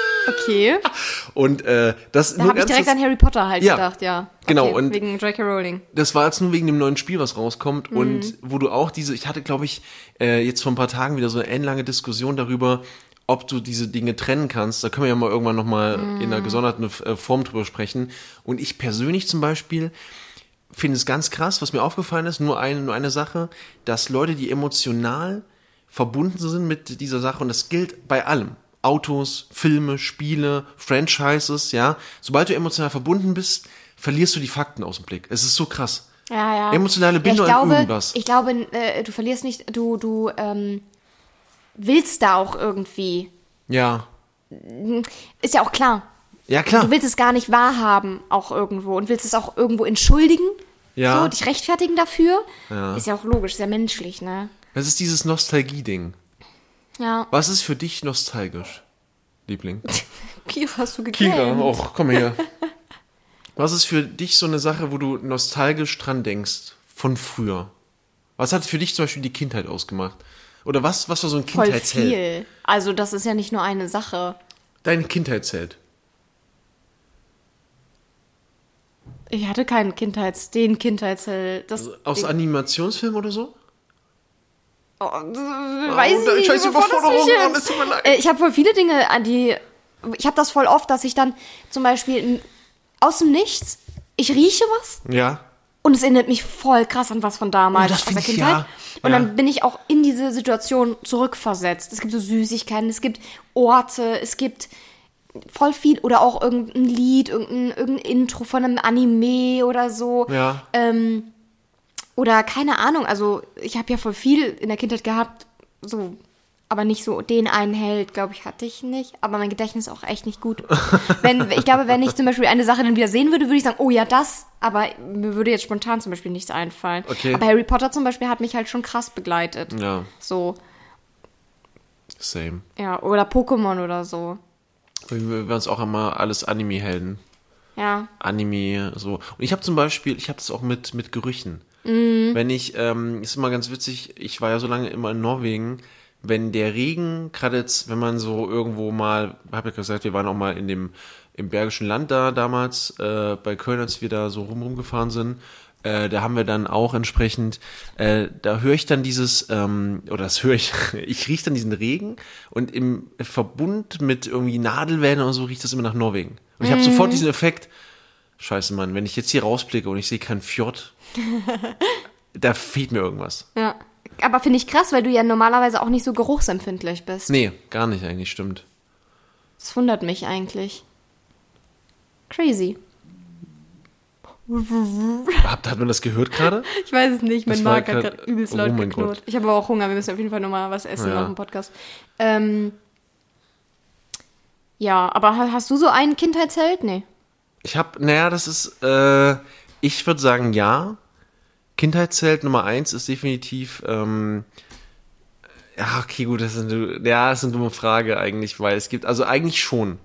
Okay. Und äh, das da habe ich direkt an Harry Potter halt ja, gedacht, ja. Okay, genau. Und wegen J K Rowling. Das war jetzt nur wegen dem neuen Spiel, was rauskommt mhm. und wo du auch diese, ich hatte, glaube ich, äh, jetzt vor ein paar Tagen wieder so eine endlange Diskussion darüber, ob du diese Dinge trennen kannst. Da können wir ja mal irgendwann nochmal mm. in einer gesonderten Form drüber sprechen. Und ich persönlich zum Beispiel finde es ganz krass, was mir aufgefallen ist, nur eine, nur eine Sache, dass Leute, die emotional verbunden sind mit dieser Sache, und das gilt bei allem, Autos, Filme, Spiele, Franchises, ja, sobald du emotional verbunden bist, verlierst du die Fakten aus dem Blick. Es ist so krass. Ja, ja. Emotionale Bindung ja, ich glaube, an irgendwas. Ich glaube, äh, du verlierst nicht, du, du, ähm, willst da auch irgendwie. Ja. Ist ja auch klar. Ja, klar. Du willst es gar nicht wahrhaben, auch irgendwo. Und willst es auch irgendwo entschuldigen. Ja. So, dich rechtfertigen dafür. Ja. Ist ja auch logisch, sehr menschlich, ne? Das ist dieses Nostalgie-Ding. Ja. Was ist für dich nostalgisch, Liebling? Kira, hast du gegähnt? Kira, oh, komm her. Was ist für dich so eine Sache, wo du nostalgisch dran denkst, von früher? Was hat für dich zum Beispiel die Kindheit ausgemacht? Oder was, was war so ein Voll Kindheitsheld? viel. Also das ist ja nicht nur eine Sache. Dein Kindheitsheld. Ich hatte keinen Kindheits... Den Kindheitsheld. Das, Aus den, Animationsfilmen oder so? oh, weiß Oh, ich nicht. scheiß überforderst Überforderung, mich Mann, jetzt. es tut mir leid. Äh, Ich habe voll viele Dinge, an die... Ich habe das voll oft, dass ich dann zum Beispiel n- aus dem Nichts, ich rieche was Ja. und es erinnert mich voll krass an was von damals, Oh, das aus der find ich, Kindheit. ja. Und Ja. dann bin ich auch in diese Situation zurückversetzt. Es gibt so Süßigkeiten, es gibt Orte, es gibt voll viel oder auch irgendein Lied, irgendein, irgendein Intro von einem Anime oder so. Ja. Ähm, oder keine Ahnung, also ich habe ja voll viel in der Kindheit gehabt, so, aber nicht so den einen Held, glaube ich, hatte ich nicht. Aber mein Gedächtnis ist auch echt nicht gut. wenn, ich glaube, wenn ich zum Beispiel eine Sache dann wieder sehen würde, würde ich sagen, oh ja, das. Aber mir würde jetzt spontan zum Beispiel nichts einfallen. Okay. Aber Harry Potter zum Beispiel hat mich halt schon krass begleitet. Ja, So, same. ja, oder Pokémon oder so. Wir waren es auch immer alles Anime-Helden. Ja. Anime, so. Und ich habe zum Beispiel, ich habe das auch mit, mit Gerüchen. Mhm. Wenn ich, ähm, ist immer ganz witzig, ich war ja so lange immer in Norwegen, wenn der Regen, gerade jetzt, wenn man so irgendwo mal, hab ich ja gesagt, wir waren auch mal in dem, im Bergischen Land da damals, äh, bei Köln, als wir da so rum rumgefahren sind, äh, da haben wir dann auch entsprechend, äh, da höre ich dann dieses, ähm, oder das höre ich, ich rieche dann diesen Regen und im Verbund mit irgendwie Nadelwellen und so riecht das immer nach Norwegen. Und ich habe sofort diesen Effekt, scheiße Mann, wenn ich jetzt hier rausblicke und ich sehe keinen Fjord, da fehlt mir irgendwas. Ja. Aber finde ich krass, weil du ja normalerweise auch nicht so geruchsempfindlich bist. Nee, gar nicht eigentlich, stimmt. Das wundert mich eigentlich. Crazy. Hat, hat man das gehört gerade? Ich weiß es nicht, mein Das war Magen hat grad- gerade übelst oh laut mein geknurrt. Gott. Ich habe aber auch Hunger, wir müssen auf jeden Fall nochmal was essen Ja. nach dem Podcast. Ähm, ja, aber ha- hast du so einen Kindheitsheld? Nee. Ich habe, naja, das ist, äh, ich würde sagen, ja. Kindheitsheld Nummer eins ist definitiv, ähm, ja, okay, gut, das ist eine, ja, das ist eine dumme Frage eigentlich, weil es gibt, also eigentlich schon.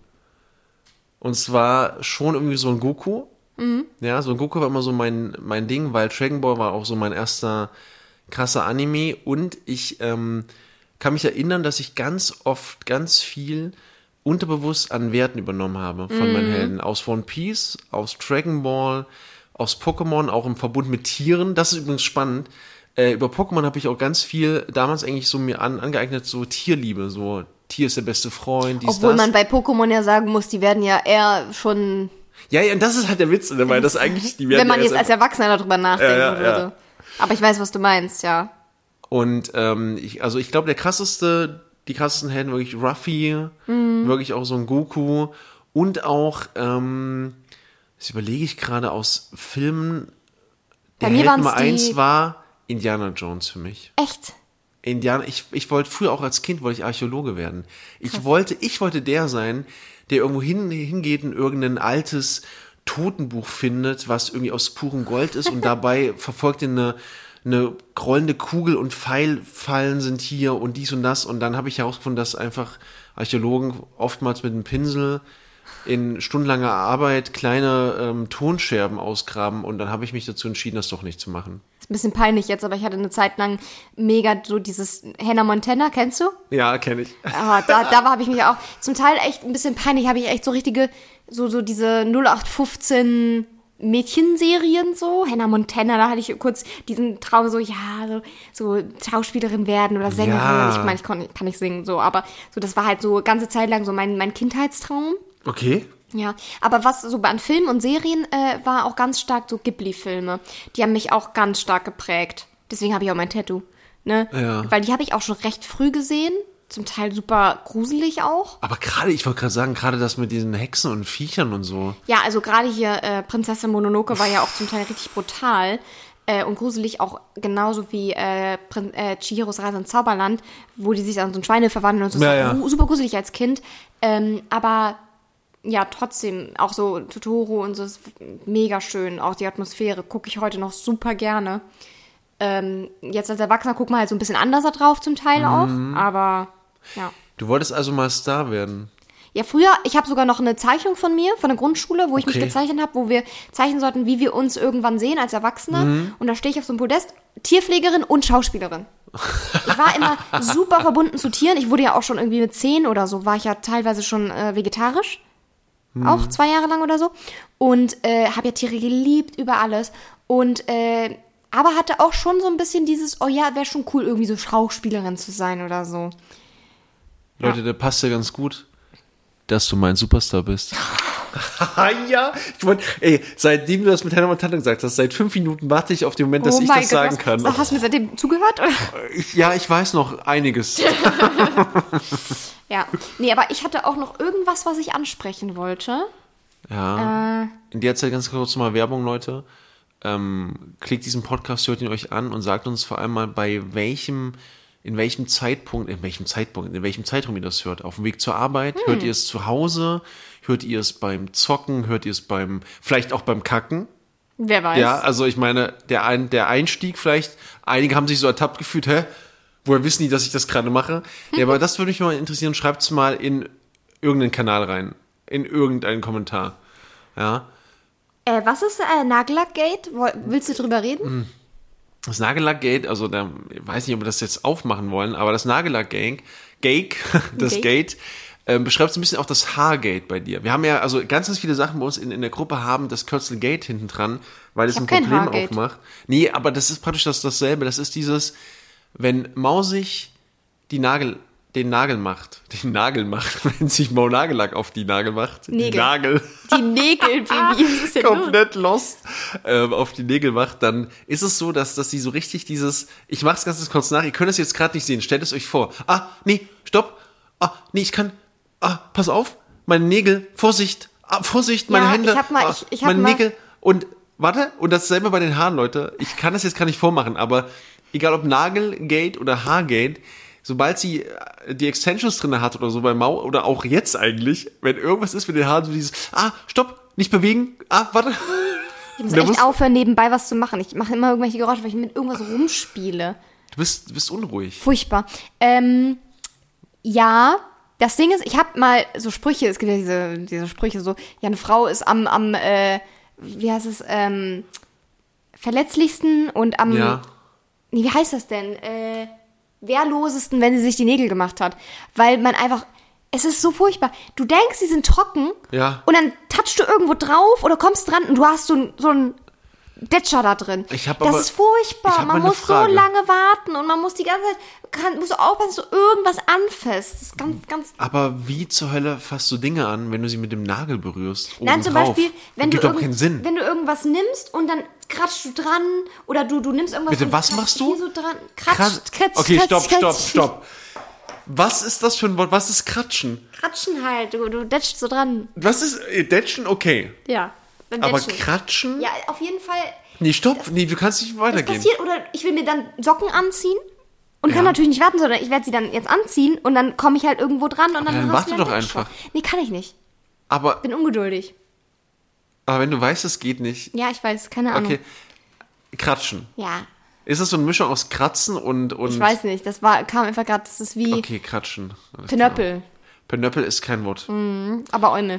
Und zwar schon irgendwie so ein Goku. Mhm. Ja, so ein Goku war immer so mein, mein Ding, weil Dragon Ball war auch so mein erster krasser Anime und ich ähm, kann mich erinnern, dass ich ganz oft ganz viel unterbewusst an Werten übernommen habe von Mhm. meinen Helden. Aus One Piece, aus Dragon Ball, aus Pokémon, auch im Verbund mit Tieren. Das ist übrigens spannend. Äh, über Pokémon habe ich auch ganz viel damals eigentlich so mir an, angeeignet, so Tierliebe, so Tier ist der beste Freund, dies, Obwohl das. man bei Pokémon ja sagen muss, die werden ja eher schon, Ja, ja, und das ist halt der Witz, ne, weil das eigentlich, die werden wenn man ja jetzt erst als Erwachsener darüber nachdenken Ja, ja, ja. würde. Aber ich weiß, was du meinst, ja. Und ähm, ich, also ich glaube, der krasseste, die krassesten Helden wirklich Ruffy, Mhm. wirklich auch so ein Goku und auch, ähm, das überlege ich gerade aus Filmen, der Bei mir Held waren's Nummer die- eins war Indiana Jones für mich. Echt? Indiana, ich, ich wollte früher auch als Kind wollte ich Archäologe werden. Ich wollte, ich wollte der sein, der irgendwo hin, hingeht und irgendein altes Totenbuch findet, was irgendwie aus purem Gold ist und dabei verfolgt ihn eine, eine rollende Kugel und Pfeilfallen sind hier und dies und das und dann habe ich herausgefunden, dass einfach Archäologen oftmals mit einem Pinsel in stundenlanger Arbeit kleine ähm, Tonscherben ausgraben und dann habe ich mich dazu entschieden, das doch nicht zu machen. Ist ein bisschen peinlich jetzt, aber ich hatte eine Zeit lang mega so dieses Hannah Montana, kennst du? Ja, kenne ich. Ah, da da habe ich mich auch zum Teil echt ein bisschen peinlich, habe ich echt so richtige, so, so diese null acht fünfzehn Mädchenserien so. Hannah Montana, da hatte ich kurz diesen Traum so, ja, so, so Schauspielerin werden oder Sängerin. Ja. Ich meine, ich kann, kann nicht singen, so, aber so, das war halt so ganze Zeit lang so mein, mein Kindheitstraum. Okay. Ja, aber was so an Filmen und Serien äh, war auch ganz stark so Ghibli-Filme. Die haben mich auch ganz stark geprägt. Deswegen habe ich auch mein Tattoo. Ne? Ja. Weil die habe ich auch schon recht früh gesehen. Zum Teil super gruselig auch. Aber gerade, ich wollte gerade sagen, gerade das mit diesen Hexen und Viechern und so. Ja, also gerade hier äh, Prinzessin Mononoke war ja auch zum Teil richtig brutal. Äh, und gruselig auch genauso wie äh, Prin äh, Chihiros Reise ins Zauberland, wo die sich an so ein Schweine verwandeln und so. Ja, Das war ja. gru- super gruselig als Kind. Ähm, aber ja, trotzdem, auch so Totoro und so, ist mega schön. Auch die Atmosphäre gucke ich heute noch super gerne. Ähm, jetzt als Erwachsener guckt man halt so ein bisschen anders da drauf zum Teil auch, aber ja. Du wolltest also mal Star werden? Ja, früher, ich habe sogar noch eine Zeichnung von mir, von der Grundschule, wo ich Okay. mich gezeichnet habe, wo wir zeichnen sollten, wie wir uns irgendwann sehen als Erwachsene. Mhm. Und da stehe ich auf so einem Podest, Tierpflegerin und Schauspielerin. Ich war immer super verbunden zu Tieren. Ich wurde ja auch schon irgendwie mit zehn oder so, war ich ja teilweise schon äh, vegetarisch. Mhm. Auch zwei Jahre lang oder so. Und äh, habe ja Tiere geliebt über alles. Und, äh, aber hatte auch schon so ein bisschen dieses, oh ja, wäre schon cool, irgendwie so Schauspielerin zu sein oder so. Leute, der passt ja ganz gut, dass du mein Superstar bist. Ja, ich wollte, ey, seitdem du das mit Hannah Montana gesagt hast, seit fünf Minuten warte ich auf den Moment, dass Oh ich mein das Gott, sagen was, kann. was, hast du mir seitdem zugehört? Oder? Ich, ja, ich weiß noch einiges. Ja, nee, aber ich hatte auch noch irgendwas, was ich ansprechen wollte. Ja. Äh, In der Zeit ganz kurz mal Werbung, Leute. Ähm, klickt diesen Podcast, hört ihn euch an und sagt uns vor allem mal, bei welchem, in welchem Zeitpunkt, in welchem Zeitpunkt, in welchem Zeitraum ihr das hört. Auf dem Weg zur Arbeit, Hm. hört ihr es zu Hause, hört ihr es beim Zocken, hört ihr es beim, vielleicht auch beim Kacken. wer weiß. Ja, also ich meine, der, ein, der Einstieg vielleicht, einige haben sich so ertappt gefühlt, hä? Woher wissen die, dass ich das gerade mache? Ja, aber das würde mich mal interessieren. Schreibt's mal in irgendeinen Kanal rein. In irgendeinen Kommentar. Ja. Äh, was ist äh, Nagellackgate? Woll- Willst du drüber reden? Das Nagellackgate, also da, ich weiß nicht, ob wir das jetzt aufmachen wollen, aber das Nagellack-Gang, Gate, das Gate. Gate, ähm, beschreibt so ein bisschen auch das Haargate bei dir. Wir haben ja, also ganz, ganz viele Sachen bei uns in, in der Gruppe haben das Kürzel Gate hinten dran, weil es Ich ein hab kein Problem Haargate. aufmacht. Nee, aber das ist praktisch das, dasselbe. Das ist dieses, wenn Mau sich die Nagel, den Nagel macht, den Nagel macht, wenn sich Mau Nagellack auf die Nagel macht, die Nägel. Nagel. Die Nägel, Baby. Was ist denn los? komplett lost ähm, auf die Nägel macht, dann ist es so, dass, dass sie so richtig dieses, ich mach's ganz kurz nach, ihr könnt es jetzt gerade nicht sehen, stellt es euch vor. Ah, nee, stopp. Ah, nee, ich kann, ah, pass auf, meine Nägel, Vorsicht, ah, Vorsicht, meine Ja, Hände, ich hab mal- ah, ich- ich hab meine mal- Nägel und, warte, und dasselbe bei den Haaren, Leute, ich kann das jetzt gar nicht vormachen, aber egal ob Nagelgate oder Haargate, sobald sie äh, die Extensions drin hat oder so bei Mau, oder auch jetzt eigentlich, wenn irgendwas ist mit den Haaren, so dieses, ah, stopp, nicht bewegen, ah, warte. Ich muss Da echt musst- aufhören, nebenbei was zu machen. Ich mache immer irgendwelche Geräusche, weil ich mit irgendwas rumspiele. Du bist, du bist unruhig. Furchtbar. Ähm, ja, das Ding ist, ich habe mal so Sprüche, es gibt ja diese, diese Sprüche so, ja, eine Frau ist am, am äh, wie heißt es, ähm, verletzlichsten und am, Ja. nee, wie heißt das denn, äh, wehrlosesten, wenn sie sich die Nägel gemacht hat. Weil man einfach, es ist so furchtbar. Du denkst, sie sind trocken Ja. und dann touchst du irgendwo drauf oder kommst dran und du hast so, ein- so ein Detscher da drin. Ich hab das aber- ist furchtbar. ich hab Man mal eine muss Frage. so lange warten und man muss die ganze Zeit, kann, musst du aufpassen, dass du irgendwas anfasst. Das ist ganz, ganz. Aber wie zur Hölle fasst du Dinge an, wenn du sie mit dem Nagel berührst? Nein, zum obendrauf? Beispiel, wenn das du, gibt doch irgend- keinen Sinn. wenn du irgendwas nimmst und dann kratschst du dran oder du, du nimmst irgendwas Bitte, und was kratschst machst du? hier so dran. Kratsch, Kratsch- kratsch, okay, kratsch, stopp, stopp, kratsch. stopp. Was ist das für ein Wort? Was ist Kratschen? Kratschen halt, du, du detscht so dran. Was ist äh, Detschen? Okay. Ja. beim Aber Detschen. Kratschen? Ja, auf jeden Fall. Nee, stopp. Nee, du kannst nicht Das weitergehen. passiert, oder ich will mir dann Socken anziehen und Ja. kann natürlich nicht warten, sondern ich werde sie dann jetzt anziehen und dann komme ich halt irgendwo dran und dann dann hast warte du doch einen einfach. Detscher. Nee, kann ich nicht. Aber, Bin ungeduldig. aber wenn du weißt, es geht nicht. Ja, ich weiß, keine Ahnung. Okay. Kratschen. Ja, Ist das so eine Mischung aus Kratzen und. und ich weiß nicht. Das war, kam einfach gerade, das ist wie Okay, Kratschen. Alles klar. Pinöppel, Pinöppel ist kein Wort. aber Eumel.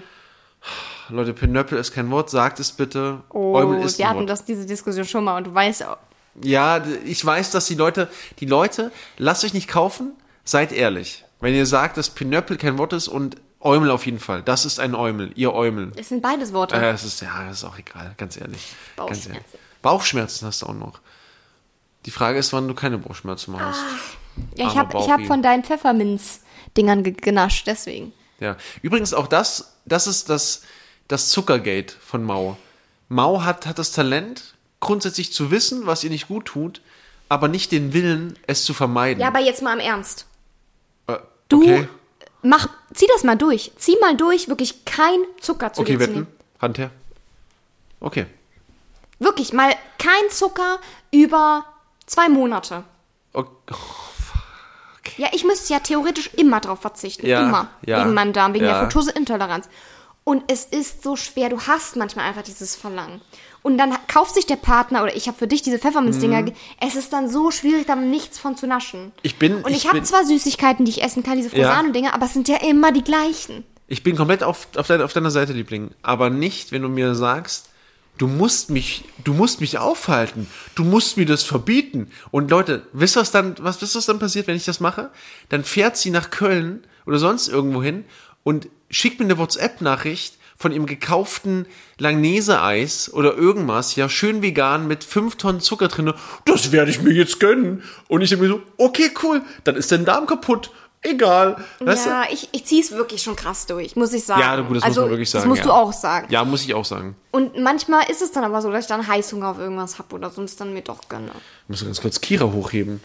Leute, Pinöppel ist kein Wort. Sagt es bitte. Oh, Eumel ist wir ein hatten Wort. das, diese Diskussion schon mal und du weißt, Ja, d- ich weiß, dass die Leute, die Leute, lasst euch nicht kaufen, seid ehrlich. Wenn ihr sagt, dass Pinöppel kein Wort ist und Eumel auf jeden Fall, das ist ein Eumel, ihr Eumel. es sind beides Worte. Äh, es ist, ja, das ist auch egal, ganz ehrlich. Ganz Bauchschmerzen. ehrlich. Bauchschmerzen hast du auch noch. Die Frage ist, wann du keine Bauchschmerzen mehr hast. ja, ich armer habe ich hab Bauchi. von deinen Pfefferminz-Dingern ge genascht, deswegen. Ja. Übrigens auch das, das ist das, das Zuckergate von Mau. Mau hat, hat das Talent, grundsätzlich zu wissen, was ihr nicht gut tut, aber nicht den Willen, es zu vermeiden. Ja, aber jetzt mal im Ernst. Äh, Du, okay, mach, zieh das mal durch. Zieh mal durch, wirklich kein Zucker zu okay, dir zu wetten. nehmen. Hand her. Okay. Wirklich, mal kein Zucker über zwei Monate. okay. Ja, ich müsste ja theoretisch immer drauf verzichten. Ja, immer. ja, Wegen meinem Darm, wegen ja. der Fructoseintoleranz. Und es ist so schwer, du hast manchmal einfach dieses Verlangen. Und dann kauft sich der Partner, oder ich habe für dich diese Pfefferminzdinger, mhm. es ist dann so schwierig, da nichts von zu naschen. Ich bin, Und ich, ich habe bin, zwar Süßigkeiten, die ich essen kann, diese Frossano-Dinger, ja. aber es sind ja immer die gleichen. Ich bin komplett auf, auf, deiner, auf deiner Seite, Liebling. Aber nicht, wenn du mir sagst, du musst mich, du musst mich aufhalten. Du musst mir das verbieten. Und Leute, wisst ihr, was dann, was, wisst ihr, was dann passiert, wenn ich das mache? Dann fährt sie nach Köln oder sonst irgendwo hin und schickt mir eine WhatsApp-Nachricht von ihrem gekauften Langnese-Eis oder irgendwas, ja, schön vegan mit fünf Tonnen Zucker drin. Das werde ich mir jetzt gönnen. Und ich denke mir so, okay, cool, dann ist dein Darm kaputt. Egal. Weißt ja, du? ich, ich ziehe es wirklich schon krass durch, muss ich sagen. Ja, gut, das also, muss man wirklich sagen. Das musst ja. du auch sagen. Ja, muss ich auch sagen. Und manchmal ist es dann aber so, dass ich dann Heißhunger auf irgendwas habe oder sonst dann mir doch gönne. Ich muss ganz kurz Kira hochheben.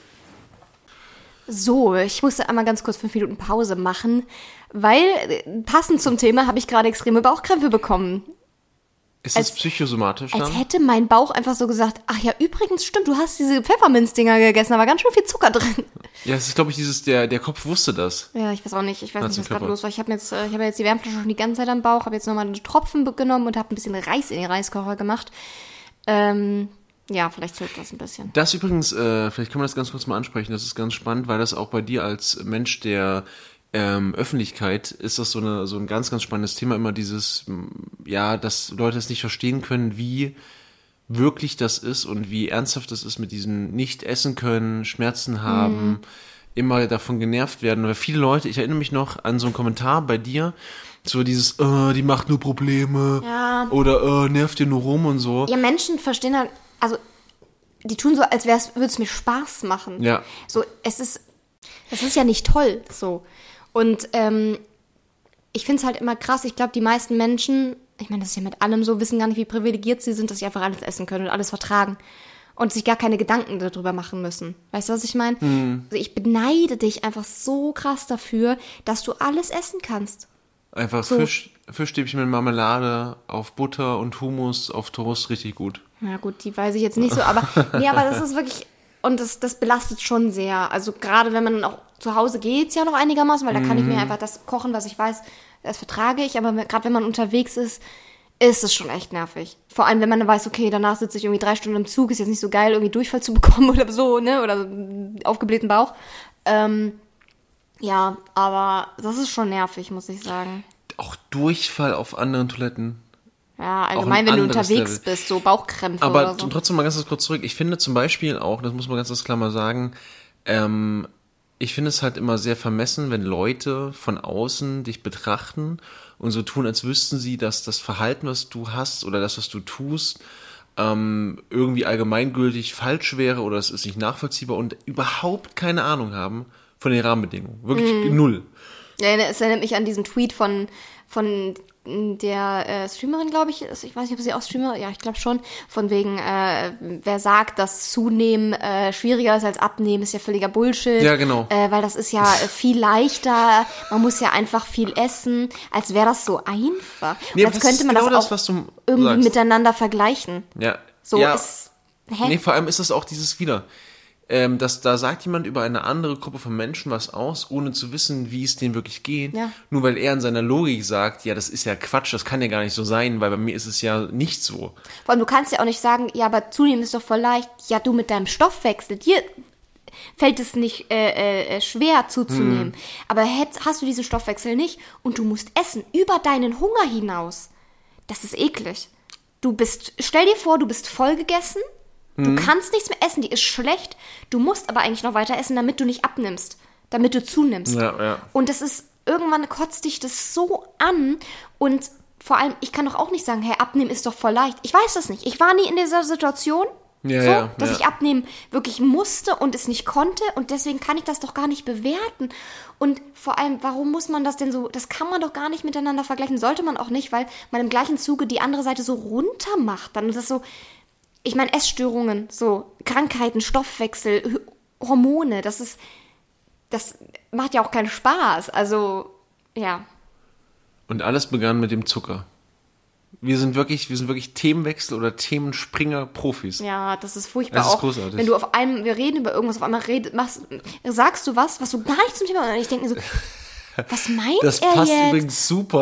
So, ich musste einmal ganz kurz fünf Minuten Pause machen, weil passend zum Thema habe ich gerade extreme Bauchkrämpfe bekommen. Ist das als, psychosomatisch dann? Als hätte mein Bauch einfach so gesagt, ach ja, übrigens stimmt, du hast diese Pfefferminzdinger gegessen, da war ganz schön viel Zucker drin. Ja, es ist, glaube ich, dieses, der, der Kopf wusste das. Ja, ich weiß auch nicht, ich weiß nicht, was gerade los war. Ich habe jetzt, ich habe jetzt die Wärmflasche schon die ganze Zeit am Bauch, habe jetzt nochmal einen Tropfen genommen und habe ein bisschen Reis in den Reiskocher gemacht. Ähm, ja, vielleicht hilft das ein bisschen. Das übrigens, äh, vielleicht können wir das ganz kurz mal ansprechen, das ist ganz spannend, weil das auch bei dir als Mensch der Ähm, Öffentlichkeit ist das so, eine, so ein ganz, ganz spannendes Thema, immer dieses, ja, dass Leute es nicht verstehen können, wie wirklich das ist und wie ernsthaft das ist mit diesem nicht essen können, Schmerzen haben, mhm. immer davon genervt werden. Weil viele Leute, ich erinnere mich noch an so einen Kommentar bei dir, so dieses, äh, die macht nur Probleme ja. oder äh, nervt dir nur rum und so. Ja, Menschen verstehen halt, also die tun so, als würde es mir Spaß machen. Ja. So, es ist, das ist ja nicht toll, so. Und ähm, ich finde es halt immer krass, ich glaube, die meisten Menschen, ich meine, das ist ja mit allem so, wissen gar nicht, wie privilegiert sie sind, dass sie einfach alles essen können und alles vertragen und sich gar keine Gedanken darüber machen müssen. Weißt du, was ich meine? Mhm. Also ich beneide dich einfach so krass dafür, dass du alles essen kannst. Einfach so. Fisch, Fischstäbchen mit Marmelade auf Butter und Hummus auf Toast, richtig gut. Ja gut, die weiß ich jetzt nicht so, aber nee, aber das ist wirklich, und das, das belastet schon sehr. Also gerade wenn man dann auch zu Hause geht's ja noch einigermaßen, weil da kann ich mir einfach das kochen, was ich weiß, das vertrage ich. Aber gerade wenn man unterwegs ist, ist es schon echt nervig. Vor allem, wenn man dann weiß, okay, danach sitze ich irgendwie drei Stunden im Zug, ist jetzt nicht so geil, irgendwie Durchfall zu bekommen oder so, ne, oder aufgeblähten Bauch. Ähm, ja, aber das ist schon nervig, muss ich sagen. Auch Durchfall auf anderen Toiletten. Ja, allgemein, wenn du unterwegs Level. bist, so Bauchkrämpfe aber oder so. Aber trotzdem mal ganz kurz zurück. Ich finde zum Beispiel auch, das muss man ganz klar mal sagen, ähm, ich finde es halt immer sehr vermessen, wenn Leute von außen dich betrachten und so tun, als wüssten sie, dass das Verhalten, was du hast oder das, was du tust, ähm, irgendwie allgemeingültig falsch wäre oder es ist nicht nachvollziehbar und überhaupt keine Ahnung haben von den Rahmenbedingungen. Wirklich mhm. null. Ja, es erinnert mich an diesen Tweet von, von der äh, Streamerin, glaube ich, ich weiß nicht, ob sie auch Streamerin, ja, ich glaube schon, von wegen, äh, wer sagt, dass Zunehmen äh, schwieriger ist als Abnehmen, ist ja völliger Bullshit. Ja, genau. Äh, weil das ist ja äh, viel leichter, man muss ja einfach viel essen, als wäre das so einfach. Nee, als könnte man genau das auch das, irgendwie sagst. miteinander vergleichen. Ja. So ja. ist, hä? Nee, vor allem ist das auch dieses wieder, Ähm, dass da sagt jemand über eine andere Gruppe von Menschen was aus, ohne zu wissen, wie es denen wirklich geht. Ja. Nur weil er in seiner Logik sagt, ja, das ist ja Quatsch, das kann ja gar nicht so sein, weil bei mir ist es ja nicht so. Vor allem, du kannst ja auch nicht sagen, ja, aber zunehmen ist doch voll leicht. Ja, du mit deinem Stoffwechsel, dir fällt es nicht äh, äh, schwer zuzunehmen. Hm. Aber hätt, hast du diesen Stoffwechsel nicht und du musst essen über deinen Hunger hinaus. Das ist eklig. Du bist, stell dir vor, du bist voll gegessen. Du kannst nichts mehr essen, die ist schlecht. Du musst aber eigentlich noch weiter essen, damit du nicht abnimmst. Damit du zunimmst. Ja, ja. Und das ist, irgendwann kotzt dich das so an. Und vor allem, ich kann doch auch nicht sagen, hey, abnehmen ist doch voll leicht. Ich weiß das nicht. Ich war nie in dieser Situation, ja, so, ja, dass ja. ich abnehmen wirklich musste und es nicht konnte. Und deswegen kann ich das doch gar nicht bewerten. Und vor allem, warum muss man das denn so, das kann man doch gar nicht miteinander vergleichen. Sollte man auch nicht, weil man im gleichen Zuge die andere Seite so runter macht. Dann ist das so... Ich meine, Essstörungen, so Krankheiten, Stoffwechsel, Hormone, das ist, das macht ja auch keinen Spaß. Also, ja. Und alles begann mit dem Zucker. Wir sind wirklich, wir sind wirklich Themenwechsel oder Themenspringer-Profis. Ja, das ist furchtbar. Das ist auch, großartig. wenn du auf einem, wir reden über irgendwas, auf einmal redest, machst, sagst du was, was du gar nicht zum Thema, und ich denke mir so, was meint das er passt jetzt? übrigens super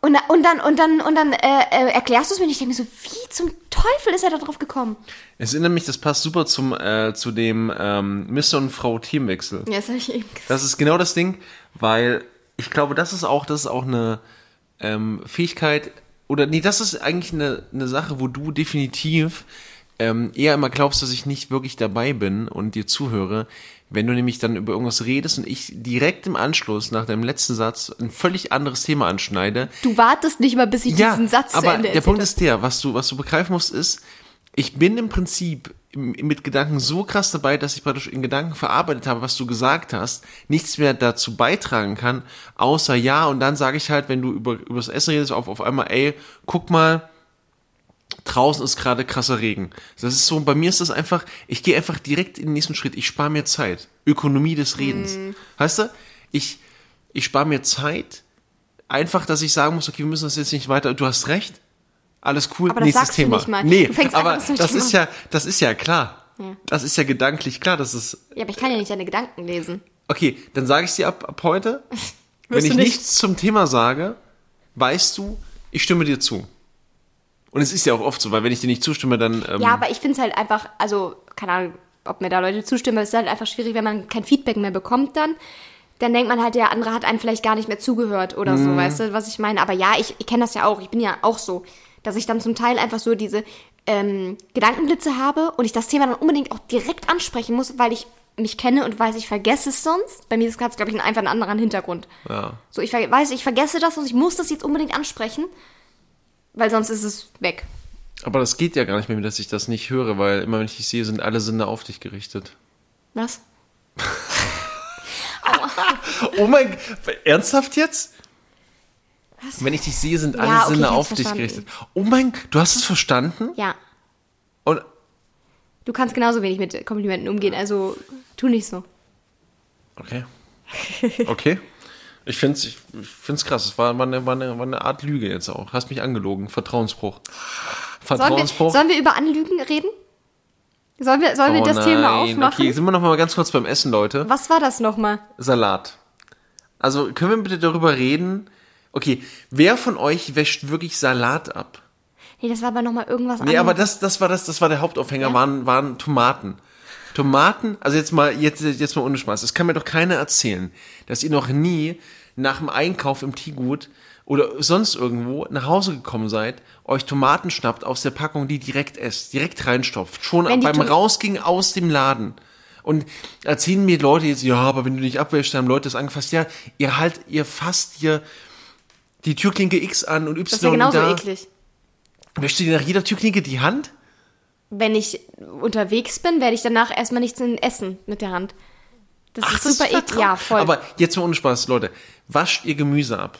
Und, und dann, und dann, und dann äh, äh, erklärst du es mir nicht. Ich denke mir so, wie zum Teufel ist er da drauf gekommen? Es erinnert mich, das passt super zum, äh, zu dem ähm, Mister und Frau Teamwechsel. Ja, das habe ich eben gesagt. Das ist genau das Ding, weil ich glaube, das ist auch, das ist auch eine ähm, Fähigkeit, oder nee, das ist eigentlich eine, eine Sache, wo du definitiv ähm, eher immer glaubst, dass ich nicht wirklich dabei bin und dir zuhöre, wenn du nämlich dann über irgendwas redest und ich direkt im Anschluss nach deinem letzten Satz ein völlig anderes Thema anschneide. Du wartest nicht mal, bis ich Ja, diesen Satz zu aber Ende der Punkt ist der, was du, was du begreifen musst, ist, ich bin im Prinzip im- mit Gedanken so krass dabei, dass ich praktisch in Gedanken verarbeitet habe, was du gesagt hast, nichts mehr dazu beitragen kann, außer ja, und dann sage ich halt, wenn du über, über das Essen redest, auf, auf einmal, ey, guck mal, draußen ist gerade krasser Regen. Das ist so, bei mir ist das einfach, ich gehe einfach direkt in den nächsten Schritt. Ich spare mir Zeit. Ökonomie des Redens. Mm. Weißt du? Ich, ich spare mir Zeit. Einfach, dass ich sagen muss, okay, wir müssen das jetzt nicht weiter. Du hast recht. Alles cool. Aber das nächstes sagst Thema. du nicht mal. Nee, Du fängst aber einfach das das Thema ist ja, das ist ja klar. Ja. Das ist ja gedanklich klar. Das ist, Ja, aber ich kann ja nicht deine Gedanken lesen. okay, dann sage ich dir ab, ab heute, wenn Wirst ich du nicht. nichts zum Thema sage, weißt du, ich stimme dir zu. Und es ist ja auch oft so, weil wenn ich dir nicht zustimme, dann... Ähm, Ja, aber ich finde es halt einfach, also, keine Ahnung, ob mir da Leute zustimmen, aber es ist halt einfach schwierig, wenn man kein Feedback mehr bekommt dann. Dann denkt man halt, der andere hat einem vielleicht gar nicht mehr zugehört oder Mhm. so, weißt du, was ich meine? Aber ja, ich, ich kenne das ja auch. Ich bin ja auch so, dass ich dann zum Teil einfach so diese ähm, Gedankenblitze habe und ich das Thema dann unbedingt auch direkt ansprechen muss, weil ich mich kenne und weiß, ich vergesse es sonst. Bei mir ist es, glaube ich, einfach ein anderer Hintergrund. Ja. So, ich ver- weiß, ich vergesse das und ich muss das jetzt unbedingt ansprechen, weil sonst ist es weg. Aber das geht ja gar nicht mehr, dass ich das nicht höre, weil immer wenn ich dich sehe, sind alle Sinne auf dich gerichtet. Was? Oh mein Gott, ernsthaft jetzt? Was? Wenn ich dich sehe, sind alle Ja, okay, Sinne ich hab's auf dich verstanden. gerichtet. Oh mein Gott, du hast es verstanden? Ja. Und, Du kannst genauso wenig mit Komplimenten umgehen, also tu nicht so. okay. Okay. Ich find's, ich, ich find's krass. Es war, war, eine, war, eine, war eine Art Lüge jetzt auch. Hast mich angelogen. Vertrauensbruch. Sollen wir, Vertrauensbruch. sollen wir über Anlügen reden? Sollen wir, sollen wir Oh das nein. Thema aufmachen? Okay, sind wir noch mal ganz kurz beim Essen, Leute. Was war das nochmal? Salat. Also können wir bitte darüber reden? Okay, wer von euch wäscht wirklich Salat ab? Nee, das war aber nochmal irgendwas Nee, aber anderes. das, das war das, das war der Hauptaufhänger, Ja? waren, waren Tomaten. Tomaten, also jetzt mal, jetzt, jetzt mal ohne Spaß. Es kann mir doch keiner erzählen, dass ihr noch nie nach dem Einkauf im Teegut oder sonst irgendwo nach Hause gekommen seid, euch Tomaten schnappt aus der Packung, die direkt esst, direkt reinstopft. Schon Wenn die beim Tom- Rausgehen aus dem Laden. Und erzählen mir Leute jetzt, ja, aber wenn du nicht abwäschst, dann haben Leute das angefasst. Ja, ihr halt, ihr fasst hier die Türklinke X an und Y Das ist ja genauso da. eklig. Wäschst du dir nach jeder Türklinke die Hand? Wenn ich unterwegs bin, werde ich danach erstmal nichts essen mit der Hand. Das Ach, ist super das eklig. Ja, voll. Aber jetzt mal ohne Spaß, Leute. Wascht ihr Gemüse ab?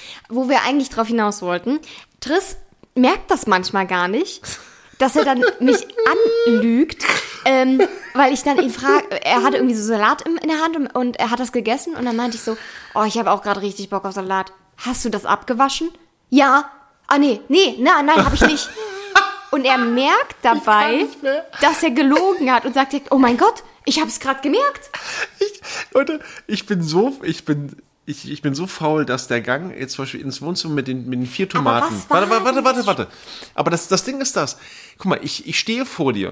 Wo wir eigentlich drauf hinaus wollten. Triss merkt das manchmal gar nicht, dass er dann mich anlügt, ähm, weil ich dann ihn frage, er hatte irgendwie so Salat im, in der Hand und, und er hat das gegessen und dann meinte ich so, oh, ich habe auch gerade richtig Bock auf Salat. Hast du das abgewaschen? Ja. Ah, nee, nee, nein, nein, habe ich nicht. Und er merkt dabei, nicht mehr. dass er gelogen hat und sagt, oh mein Gott, ich habe es gerade gemerkt. Ich, Leute, ich bin so, ich bin, ich, ich bin so faul, dass der Gang jetzt zum Beispiel ins Wohnzimmer mit den, mit den vier Tomaten. was war Warte, warte, warte, denn warte, das? warte. Aber das, das Ding ist das. Guck mal, ich, ich stehe vor dir.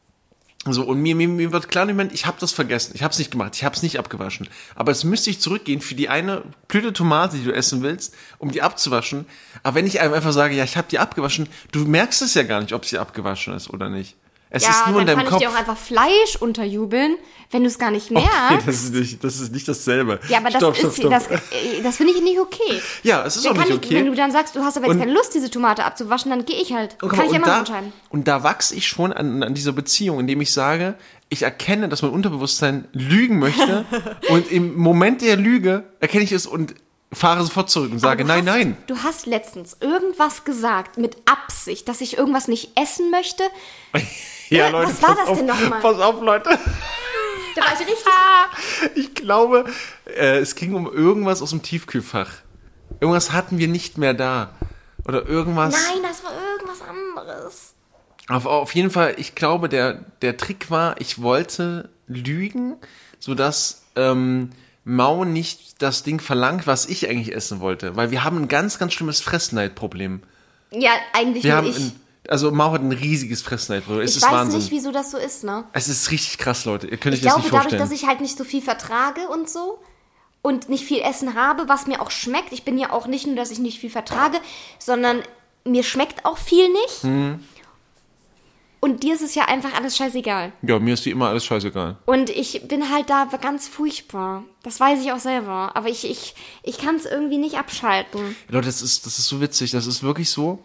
So, und mir, mir, mir wird klar, ich habe das vergessen. Ich habe es nicht gemacht. Ich habe es nicht abgewaschen. Aber jetzt müsste ich zurückgehen für die eine blöde Tomate, die du essen willst, um die abzuwaschen. Aber wenn ich einem einfach sage, ja, ich habe die abgewaschen, du merkst es ja gar nicht, ob sie abgewaschen ist oder nicht. Es Ja, ist nur in dann deinem kann ich Kopf. dir auch einfach Fleisch unterjubeln, wenn du es gar nicht merkst. Okay, das ist nicht, das ist nicht dasselbe. Ja, aber das Stopp, stopp, ist, stopp. das, äh, das finde ich nicht okay. Ja, es ist Dann auch kann nicht ich, okay. Wenn du dann sagst, du hast aber jetzt Und- keine Lust, diese Tomate abzuwaschen, dann gehe ich halt. Und, Kann ich und, immer da, noch entscheiden. und da wachse ich schon an, an dieser Beziehung, indem ich sage, ich erkenne, dass mein Unterbewusstsein lügen möchte und im Moment der Lüge erkenne ich es und fahre sofort zurück und sage, Du nein, hast, nein. Du hast letztens irgendwas gesagt mit Absicht, dass ich irgendwas nicht essen möchte. Ja, Äh, Leute, was war pass das auf, denn nochmal? Pass auf, Leute. Da war ich richtig. Ich glaube, äh, es ging um irgendwas aus dem Tiefkühlfach. Irgendwas hatten wir nicht mehr da. Oder irgendwas. Nein, das war irgendwas anderes. Auf, auf jeden Fall, ich glaube, der, der Trick war, ich wollte lügen, sodass ähm, Mau nicht das Ding verlangt, was ich eigentlich essen wollte. Weil wir haben ein ganz, ganz schlimmes Fressneidproblem. Ja, eigentlich wir nur haben ich. Ein, also Mau hat ein riesiges Fressneidproblem. Es ich ist weiß Wahnsinn. nicht, wieso das so ist, ne? Es ist richtig krass, Leute. Ihr könnt euch Ich das glaube, nicht dadurch, vorstellen. dass ich halt nicht so viel vertrage und so und nicht viel Essen habe, was mir auch schmeckt. Ich bin ja auch nicht nur, dass ich nicht viel vertrage, sondern mir schmeckt auch viel nicht. Hm. Und dir ist es ja einfach alles scheißegal. Ja, mir ist wie immer alles scheißegal. Und ich bin halt da ganz furchtbar. Das weiß ich auch selber. Aber ich, ich, ich kann es irgendwie nicht abschalten. Leute, das ist, das ist so witzig. Das ist wirklich so,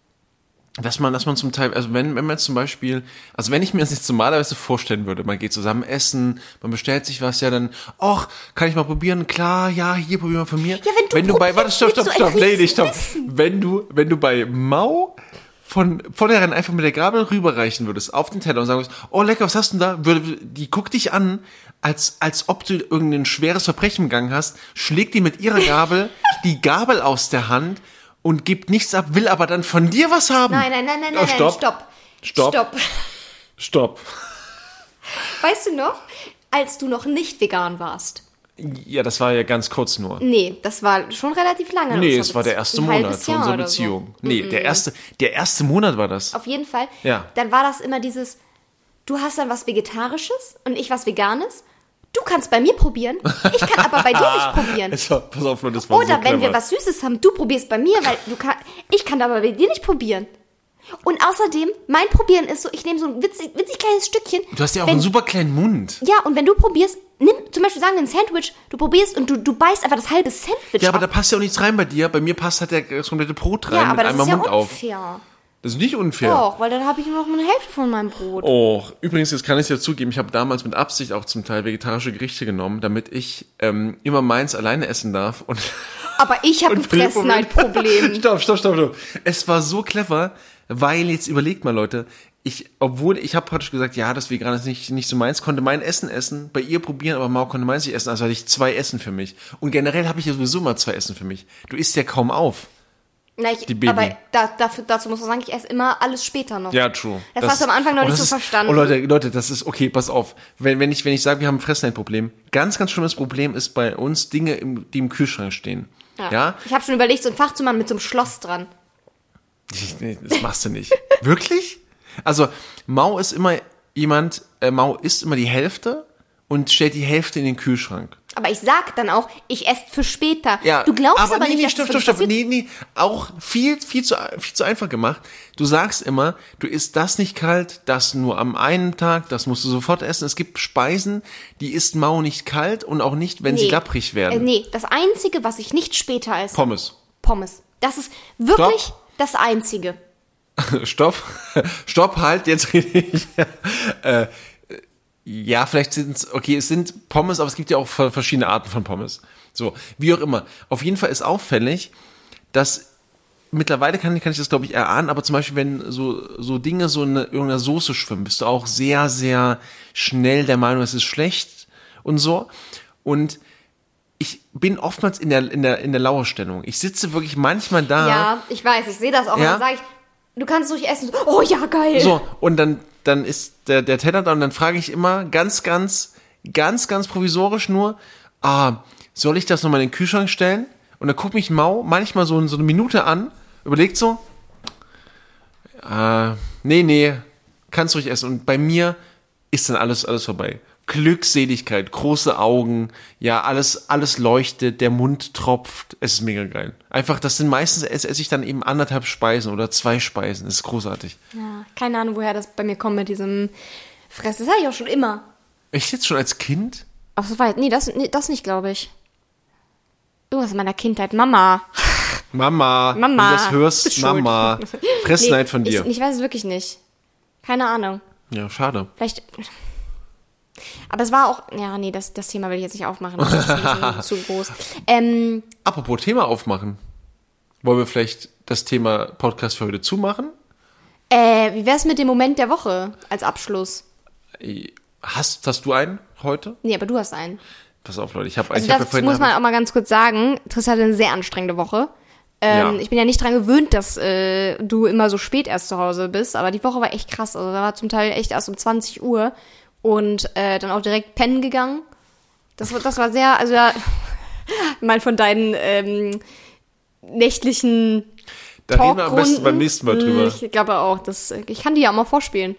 dass man, dass man zum Teil, also wenn, wenn man jetzt zum Beispiel, also wenn ich mir das jetzt normalerweise vorstellen würde, man geht zusammen essen, man bestellt sich was, ja dann, ach, kann ich mal probieren? Klar, ja, hier, probier mal von mir. Ja, wenn du, wenn du bei, warte, stopp, stopp, so stopp, nee, nee, stopp. Wenn du, wenn du bei Mau von vornherein einfach mit der Gabel rüberreichen würdest auf den Teller und sagen würdest, oh lecker, was hast du denn da? Würde, die guckt dich an, als, als ob du irgendein schweres Verbrechen begangen hast, schlägt die mit ihrer Gabel die Gabel aus der Hand und gibt nichts ab, will aber dann von dir was haben. Nein, nein, nein, nein, oh, nein, stopp. stopp. Stopp. Stopp. Stopp. Weißt du noch, als du noch nicht vegan warst? Ja, das war ja ganz kurz nur. Nee, das war schon relativ lange. Nee, das es war der erste ein Monat halbes von Jahr unserer oder Beziehung. So. Nee, der erste, der erste Monat war das. Auf jeden Fall. Ja. Dann war das immer dieses, du hast dann was Vegetarisches und ich was Veganes. Du kannst bei mir probieren, ich kann aber bei dir nicht probieren. Es war, pass auf, Leute, das war Oder so wenn wir clever. was Süßes haben, du probierst bei mir, weil du kann, ich kann aber bei dir nicht probieren. Und außerdem, mein Probieren ist so, ich nehme so ein witzig, witzig kleines Stückchen. Du hast ja auch wenn, einen super kleinen Mund. Ja, und wenn du probierst, nimm zum Beispiel sagen wir ein Sandwich, du probierst und du, du beißt einfach das halbe Sandwich Ja, aber ab. da passt ja auch nichts rein bei dir. Bei mir passt halt der, das komplette Brot rein Ja, mit aber das einmal ist ja Mund auf. unfair. Das ist nicht unfair. Doch, weil dann habe ich nur noch eine Hälfte von meinem Brot. Oh, übrigens, jetzt kann ich es ja zugeben, ich habe damals mit Absicht auch zum Teil vegetarische Gerichte genommen, damit ich ähm, immer meins alleine essen darf. Und Aber ich habe ein und Philipp Fressneidproblem. Stopp, stopp, stopp, stopp. Es war so clever, weil jetzt überlegt mal, Leute, ich, obwohl ich habe praktisch gesagt, ja, das Vegan ist nicht, nicht so meins, konnte mein Essen essen, bei ihr probieren, aber Mau konnte meins nicht essen, also hatte ich zwei Essen für mich. Und generell habe ich ja sowieso mal zwei Essen für mich. Du isst ja kaum auf. Na, ich, Die Baby. aber da, dafür, dazu muss man sagen, ich esse immer alles später noch. Ja, true. Das, hast du am Anfang noch oh, nicht das so ist, verstanden. Oh Leute, Leute, das ist, okay, pass auf. Wenn, wenn ich, wenn ich sage, wir haben ein Fressneidproblem, ganz, ganz schlimmes Problem ist bei uns Dinge, im, die im Kühlschrank stehen. Ja? ja? Ich habe schon überlegt, so ein Fach zu machen mit so einem Schloss dran. Das machst du nicht. Wirklich? Also, Mau ist immer jemand, äh, Mau isst immer die Hälfte und stellt die Hälfte in den Kühlschrank. Aber ich sag dann auch, ich esse für später. Ja, du glaubst aber, aber nee, nicht, nee, dass stopp, das stopp, stopp. passiert. Nee, nee, auch viel, viel zu, viel zu einfach gemacht. Du sagst immer, du isst das nicht kalt, das nur am einen Tag, das musst du sofort essen. Es gibt Speisen, die isst Mau nicht kalt und auch nicht, wenn Nee. sie lapprig Äh, werden. nee, das Einzige, was ich nicht später esse, Pommes. Pommes. Das ist wirklich Stopp. das Einzige. Stopp, stopp, halt, jetzt rede ich. äh, ja, vielleicht sind es, okay, es sind Pommes, aber es gibt ja auch verschiedene Arten von Pommes. So, wie auch immer. Auf jeden Fall ist auffällig, dass mittlerweile kann, kann ich das, glaube ich, erahnen, aber zum Beispiel, wenn so, so Dinge so in irgendeiner Soße schwimmen, bist du auch sehr, sehr schnell der Meinung, es ist schlecht und so. Und ich bin oftmals in der, in der, in der Lauerstellung. Ich sitze wirklich manchmal da. Ja, ich weiß, ich sehe das auch. Ja? Und dann sage ich, du kannst ruhig essen. So, oh ja, geil. So, und dann, dann ist der, der Teller da und dann frage ich immer ganz, ganz, ganz, ganz provisorisch nur, ah, soll ich das nochmal in den Kühlschrank stellen? Und dann guckt mich Mau manchmal so, so eine Minute an, überlegt so, äh, nee, nee, kannst ruhig essen. Und bei mir ist dann alles, alles vorbei. Glückseligkeit, große Augen, ja, alles, alles leuchtet, der Mund tropft, es ist mega geil. Einfach, das sind meistens, esse, esse ich dann eben anderthalb Speisen oder zwei Speisen, das ist großartig. Ja, keine Ahnung, woher das bei mir kommt mit diesem Fressen. Das hatte ich auch schon immer. Echt jetzt schon als Kind? Ach so weit. Nee, das, nee, das nicht, glaube ich. Irgendwas in meiner Kindheit. Mama. Mama, Mama. wenn du das hörst, Bist schuld. Mama, Fressneid von dir. Ich, ich weiß es wirklich nicht. Keine Ahnung. Ja, schade. Vielleicht. Aber es war auch. Ja, nee, das, das Thema will ich jetzt nicht aufmachen. Das ist ein bisschen zu groß. Ähm, Apropos Thema aufmachen. Wollen wir vielleicht das Thema Podcast für heute zumachen? äh, wie wär's mit dem Moment der Woche als Abschluss? Hast, hast du einen heute? Nee, aber du hast einen. Pass auf, Leute, ich habe Also ich hab ja das vorhin... muss hab man ich- auch mal ganz kurz sagen. Triss hatte eine sehr anstrengende Woche. Ähm, Ja. Ich bin ja nicht dran gewöhnt, dass äh, du immer so spät erst zu Hause bist, aber die Woche war echt krass. Also da war zum Teil echt erst um zwanzig Uhr und äh, dann auch direkt pennen gegangen. Das, war- das war sehr, also ja, mal von deinen ähm, nächtlichen Da reden wir am besten beim nächsten Mal drüber. Ich glaube auch, das, ich kann die ja auch mal vorspielen.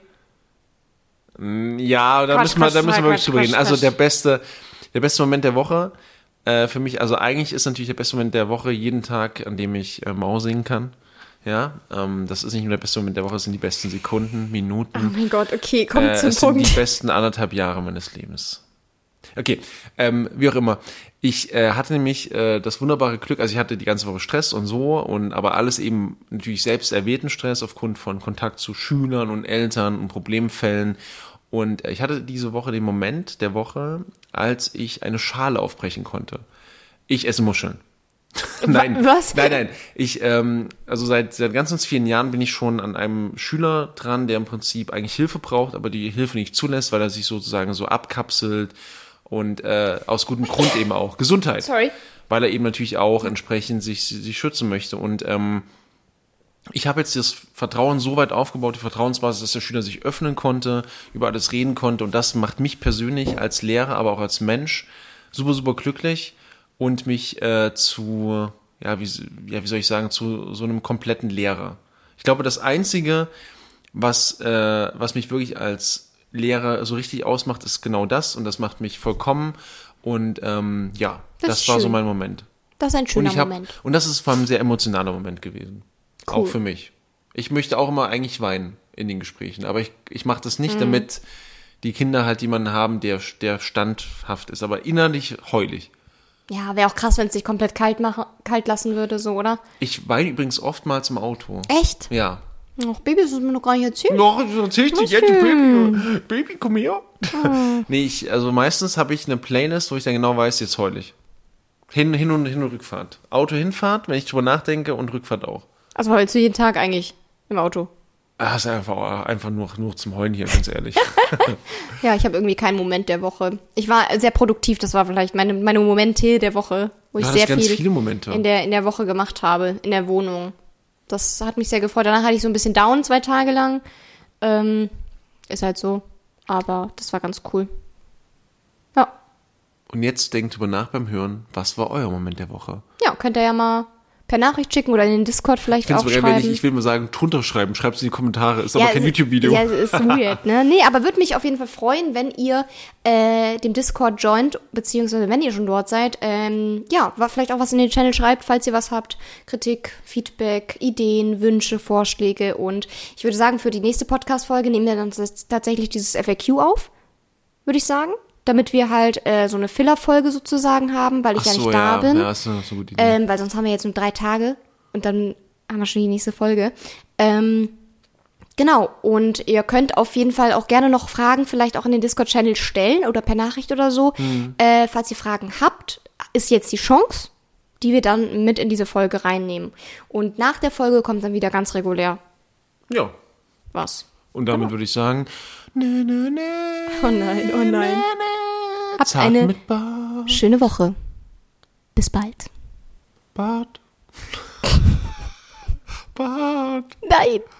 Ja, da Quatsch, müssen wir, da Quatsch, müssen wir wirklich Quatsch, drüber reden. Quatsch, Also Quatsch. der beste, der beste Moment der Woche äh, für mich, also eigentlich ist natürlich der beste Moment der Woche jeden Tag, an dem ich äh, Mau singen kann. Ja, ähm, das ist nicht nur der beste Moment der Woche, es sind die besten Sekunden, Minuten. Oh mein Gott, okay, komm äh, zum es sind Punkt. die besten anderthalb Jahre meines Lebens. Okay, ähm, wie auch immer. Ich äh, hatte nämlich äh, das wunderbare Glück, also ich hatte die ganze Woche Stress und so, und aber alles eben natürlich selbst erwählten Stress aufgrund von Kontakt zu Schülern und Eltern und Problemfällen. Und äh, ich hatte diese Woche den Moment der Woche, als ich eine Schale aufbrechen konnte. Ich esse Muscheln. Nein, Was? nein, nein. Ich, ähm, also seit, seit ganz, ganz vielen Jahren bin ich schon an einem Schüler dran, der im Prinzip eigentlich Hilfe braucht, aber die Hilfe nicht zulässt, weil er sich sozusagen so abkapselt und äh, aus gutem Grund eben auch Gesundheit. Sorry. Weil er eben natürlich auch entsprechend sich, sich schützen möchte. Und ähm, ich habe jetzt das Vertrauen so weit aufgebaut, die Vertrauensbasis, dass der Schüler sich öffnen konnte, über alles reden konnte, und das macht mich persönlich als Lehrer, aber auch als Mensch super, super glücklich. Und mich äh, zu, ja wie, ja, wie soll ich sagen, zu so einem kompletten Lehrer. Ich glaube, das Einzige, was, äh, was mich wirklich als Lehrer so richtig ausmacht, ist genau das. Und das macht mich vollkommen. Und ähm, ja, Das das, ist war so schön. mein Moment. Das ist ein Und schöner ich hab, Moment. und das ist vor allem ein sehr emotionaler Moment gewesen. Cool. Auch für mich. Ich möchte auch immer eigentlich weinen in den Gesprächen. Aber ich, ich mache das Mhm. nicht, damit die Kinder halt jemanden haben, der, der standhaft ist. Aber innerlich heulig. Ja, wäre auch krass, wenn es sich komplett kalt, machen, kalt lassen würde, so, oder? Ich weine übrigens oftmals im Auto. Echt? Ja. Ach, Baby, das hast du mir noch gar nicht erzählt. Noch, das erzähl ich dir Was jetzt, schön. Baby. Baby, komm her. Nee, ich, also meistens habe ich eine Playlist, wo ich dann genau weiß, jetzt heul ich. Hin, hin und hin und Rückfahrt. Auto Hinfahrt, wenn ich drüber nachdenke, und Rückfahrt auch. Also heulst du jeden Tag eigentlich im Auto? Ah, ist einfach, einfach nur, nur zum Heulen hier, ganz ehrlich. Ja, ich habe irgendwie keinen Moment der Woche. Ich war sehr produktiv, das war vielleicht meine, meine Momente der Woche, wo ich Du hattest sehr ganz viel viele Momente. in der, in der Woche gemacht habe, in der Wohnung. Das hat mich sehr gefreut. Danach hatte ich so ein bisschen down zwei Tage lang. Ähm, ist halt so. Aber das war ganz cool. Ja. Und jetzt denkt drüber nach beim Hören, was war euer Moment der Woche? Ja, könnt ihr ja mal per Nachricht schicken oder in den Discord vielleicht Ich finde auch es geil, wenn ich, schreiben. ich will mal sagen, drunter schreiben, schreibt es in die Kommentare, ist Ja, aber kein es- YouTube-Video. Ja, es ist weird, ne? Nee, aber würde mich auf jeden Fall freuen, wenn ihr äh, dem Discord joint, beziehungsweise wenn ihr schon dort seid. Ähm, ja, wa- vielleicht auch was in den Channel schreibt, falls ihr was habt. Kritik, Feedback, Ideen, Wünsche, Vorschläge. Und ich würde sagen, für die nächste Podcast-Folge nehmen wir dann tats- tatsächlich dieses F A Q auf, würde ich sagen. Damit wir halt äh, so eine Filler-Folge sozusagen haben, weil ich Ach ja nicht so, da ja, bin. ja, ist eine, ist eine gute Idee. Ähm, weil sonst haben wir jetzt nur drei Tage und dann haben wir schon die nächste Folge. Ähm, genau, und ihr könnt auf jeden Fall auch gerne noch Fragen vielleicht auch in den Discord-Channel stellen oder per Nachricht oder so. Mhm. Äh, falls ihr Fragen habt, ist jetzt die Chance, die wir dann mit in diese Folge reinnehmen. Und nach der Folge kommt dann wieder ganz regulär Ja. was. Und damit würde ich sagen, nö, nö, nö, Oh nein, oh nein. Habt Zart eine mit Bart. schöne Woche. Bis bald. Bart. Bart. Nein.